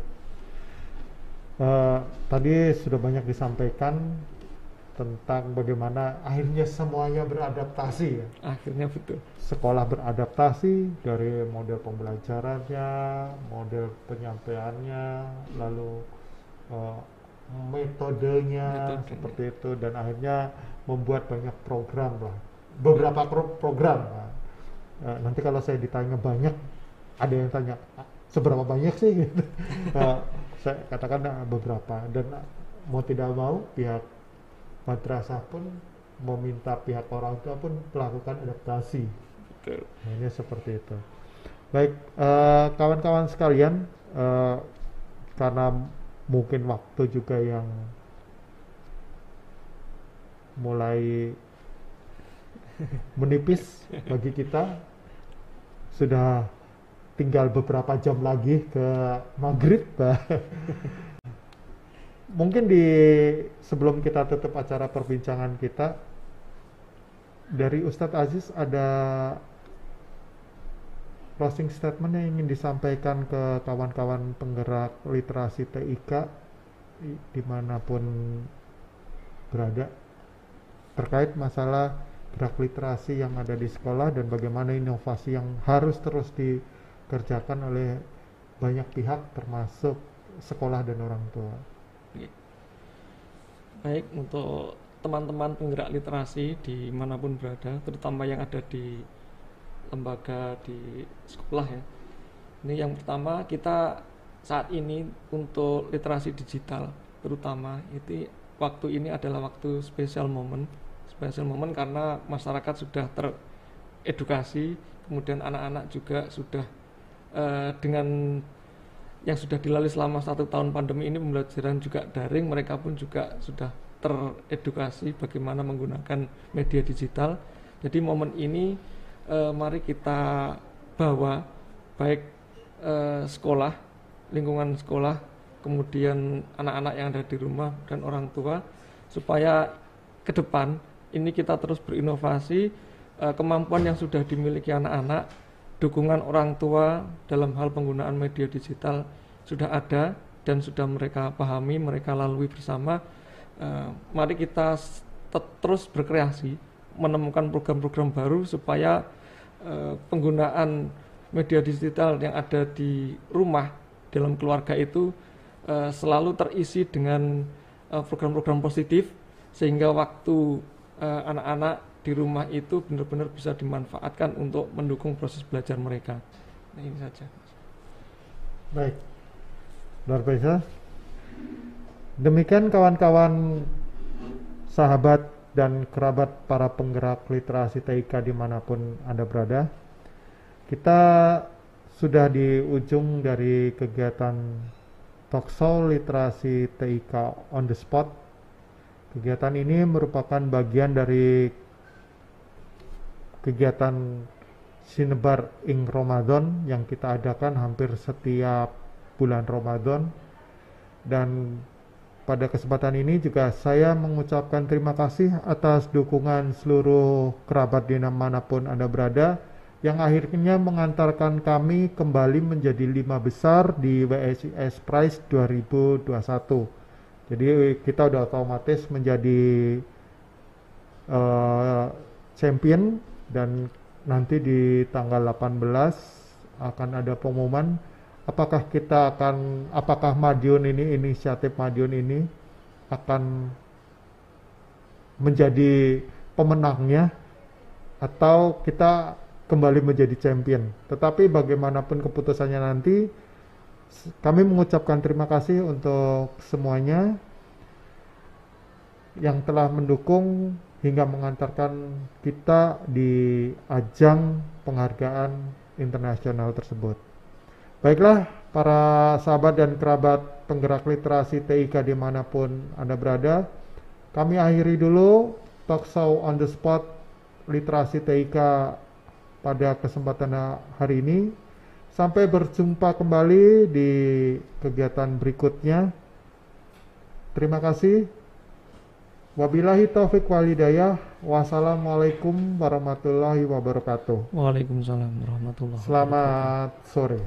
Uh, tadi sudah banyak disampaikan tentang bagaimana akhirnya semuanya beradaptasi ya. Akhirnya betul. Sekolah beradaptasi dari model pembelajarannya, model penyampaiannya, lalu uh, metodenya, Metodenya. seperti itu dan akhirnya membuat banyak program lah. Beberapa pro- program. Nah, uh, nanti kalau saya ditanya banyak, ada yang tanya seberapa banyak sih gitu. uh, saya katakan uh, beberapa dan uh, mau tidak mau pihak madrasah pun meminta pihak orang tua pun melakukan adaptasi. Betul. Nah, ini seperti itu. Baik, eh, kawan-kawan sekalian, eh, karena mungkin waktu juga yang mulai menipis bagi kita, sudah tinggal beberapa jam lagi ke maghrib. Mungkin di sebelum kita tutup acara perbincangan kita, dari Ustadz Aziz ada closing statement yang ingin disampaikan ke kawan-kawan penggerak literasi T I K dimanapun berada terkait masalah gerak literasi yang ada di sekolah dan bagaimana inovasi yang harus terus dikerjakan oleh banyak pihak termasuk sekolah dan orang tua. Baik, untuk teman-teman penggerak literasi dimanapun berada, terutama yang ada di lembaga di sekolah ya. Ini yang pertama, kita saat ini untuk literasi digital terutama itu waktu ini adalah waktu special moment. Special moment karena masyarakat sudah teredukasi, kemudian anak-anak juga sudah uh, dengan yang sudah dilalui selama satu tahun pandemi ini, pembelajaran juga daring, mereka pun juga sudah teredukasi bagaimana menggunakan media digital. Jadi momen ini eh, mari kita bawa baik eh, sekolah, lingkungan sekolah, kemudian anak-anak yang ada di rumah dan orang tua, supaya ke depan ini kita terus berinovasi, eh, kemampuan yang sudah dimiliki anak-anak, dukungan orang tua dalam hal penggunaan media digital sudah ada dan sudah mereka pahami, mereka lalui bersama. Uh, mari kita terus berkreasi, menemukan program-program baru supaya uh, penggunaan media digital yang ada di rumah, dalam keluarga itu uh, selalu terisi dengan uh, program-program positif, sehingga waktu uh, anak-anak di rumah itu benar-benar bisa dimanfaatkan untuk mendukung proses belajar mereka. Nah, ini saja. Baik, luar biasa. Demikian kawan-kawan, sahabat dan kerabat para penggerak literasi T I K dimanapun Anda berada. Kita sudah di ujung dari kegiatan Talkshow Literasi T I K on the Spot. Kegiatan ini merupakan bagian dari kegiatan Sinebar ing Ramadan yang kita adakan hampir setiap bulan Ramadan. Dan pada kesempatan ini juga saya mengucapkan terima kasih atas dukungan seluruh kerabat dimanapun Anda berada yang akhirnya mengantarkan kami kembali menjadi lima besar di W S I S Prize dua ribu dua puluh satu. Jadi kita udah otomatis menjadi uh, champion, dan nanti di tanggal delapan belas akan ada pengumuman apakah kita akan, apakah Madiun ini, inisiatif Madiun ini akan menjadi pemenangnya atau kita kembali menjadi champion. Tetapi bagaimanapun keputusannya nanti, kami mengucapkan terima kasih untuk semuanya yang telah mendukung hingga mengantarkan kita di ajang penghargaan internasional tersebut. Baiklah, para sahabat dan kerabat penggerak literasi T I K dimanapun Anda berada, kami akhiri dulu Talkshow on the Spot Literasi T I K pada kesempatan hari ini. Sampai berjumpa kembali di kegiatan berikutnya. Terima kasih. Wabillahi taufik wal hidayah. Wassalamualaikum warahmatullahi wabarakatuh. Waalaikumsalam warahmatullahi wabarakatuh. Selamat sore.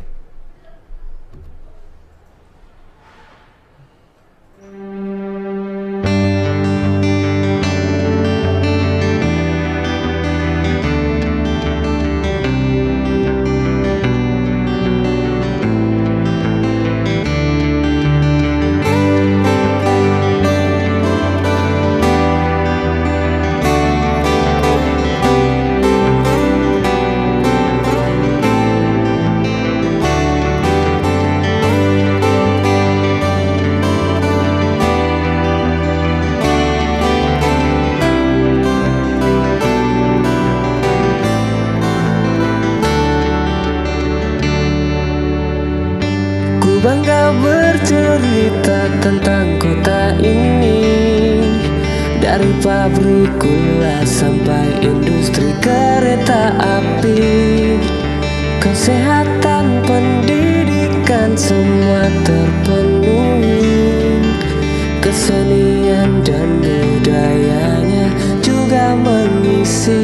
Bangga bercerita tentang kota ini, dari pabrik gula sampai industri kereta api. kesehatan, pendidikan semua terpenuhi. Kesenian dan budayanya juga mengisi.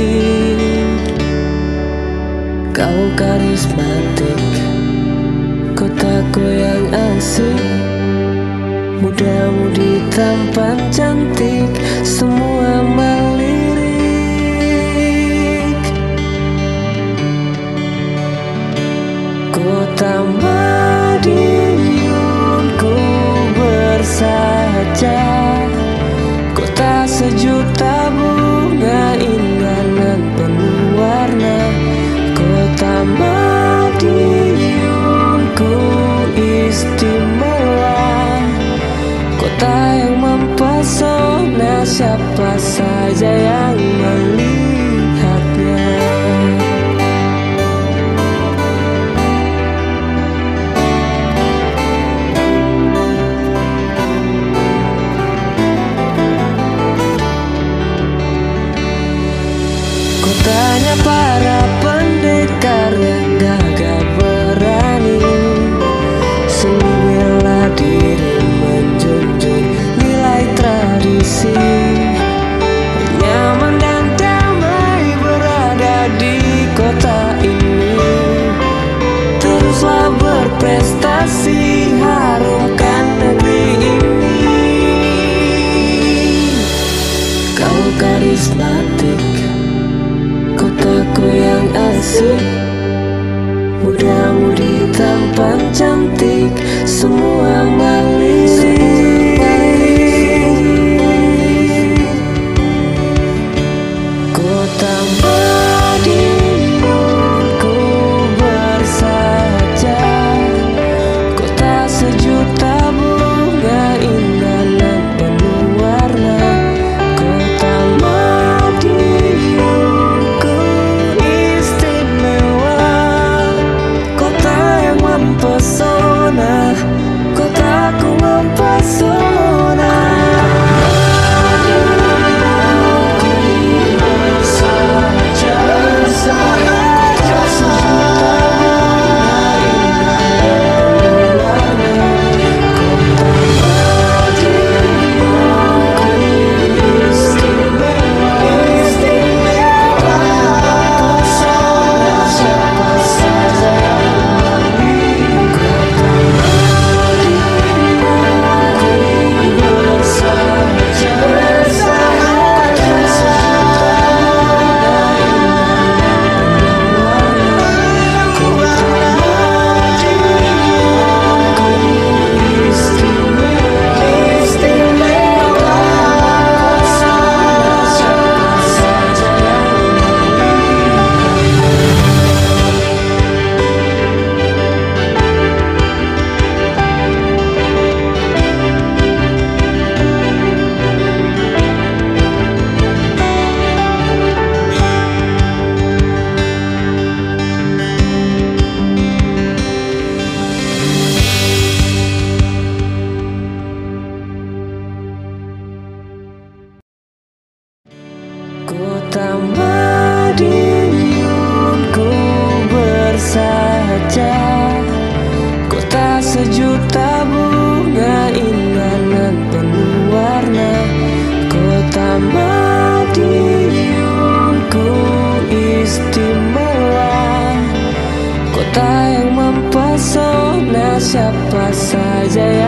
Kau karismatik, kotaku yang asik, muda-mudi tampan cantik, semua melirik. Kota Madiun ku bersaja, kota sejuta bunga indah dan penuh warna. Kota Madiun ku istimewa, kota yang mempesona siapa saja yang melihatnya. Kotanya para pendekar yang gagah berani, seni bela diri menjunjung nilai tradisi. Nyaman dan damai berada di kota ini, teruslah berprestasi, harumkan negeri ini. Kau karismatik, kotaku yang asik, muda-mudi tampan cantik, semua melirik. Kota Madiun ku bersaja, kota sejuta bunga indah dan penuh warna. Kota Madiun ku istimewa, kota yang mempesona, kotaku mempesona. Kota Madiun ku bersaja, kota sejuta bunga indah dan penuh warna. Kota Madiun ku istimewa, kota yang mempesona siapa saja yang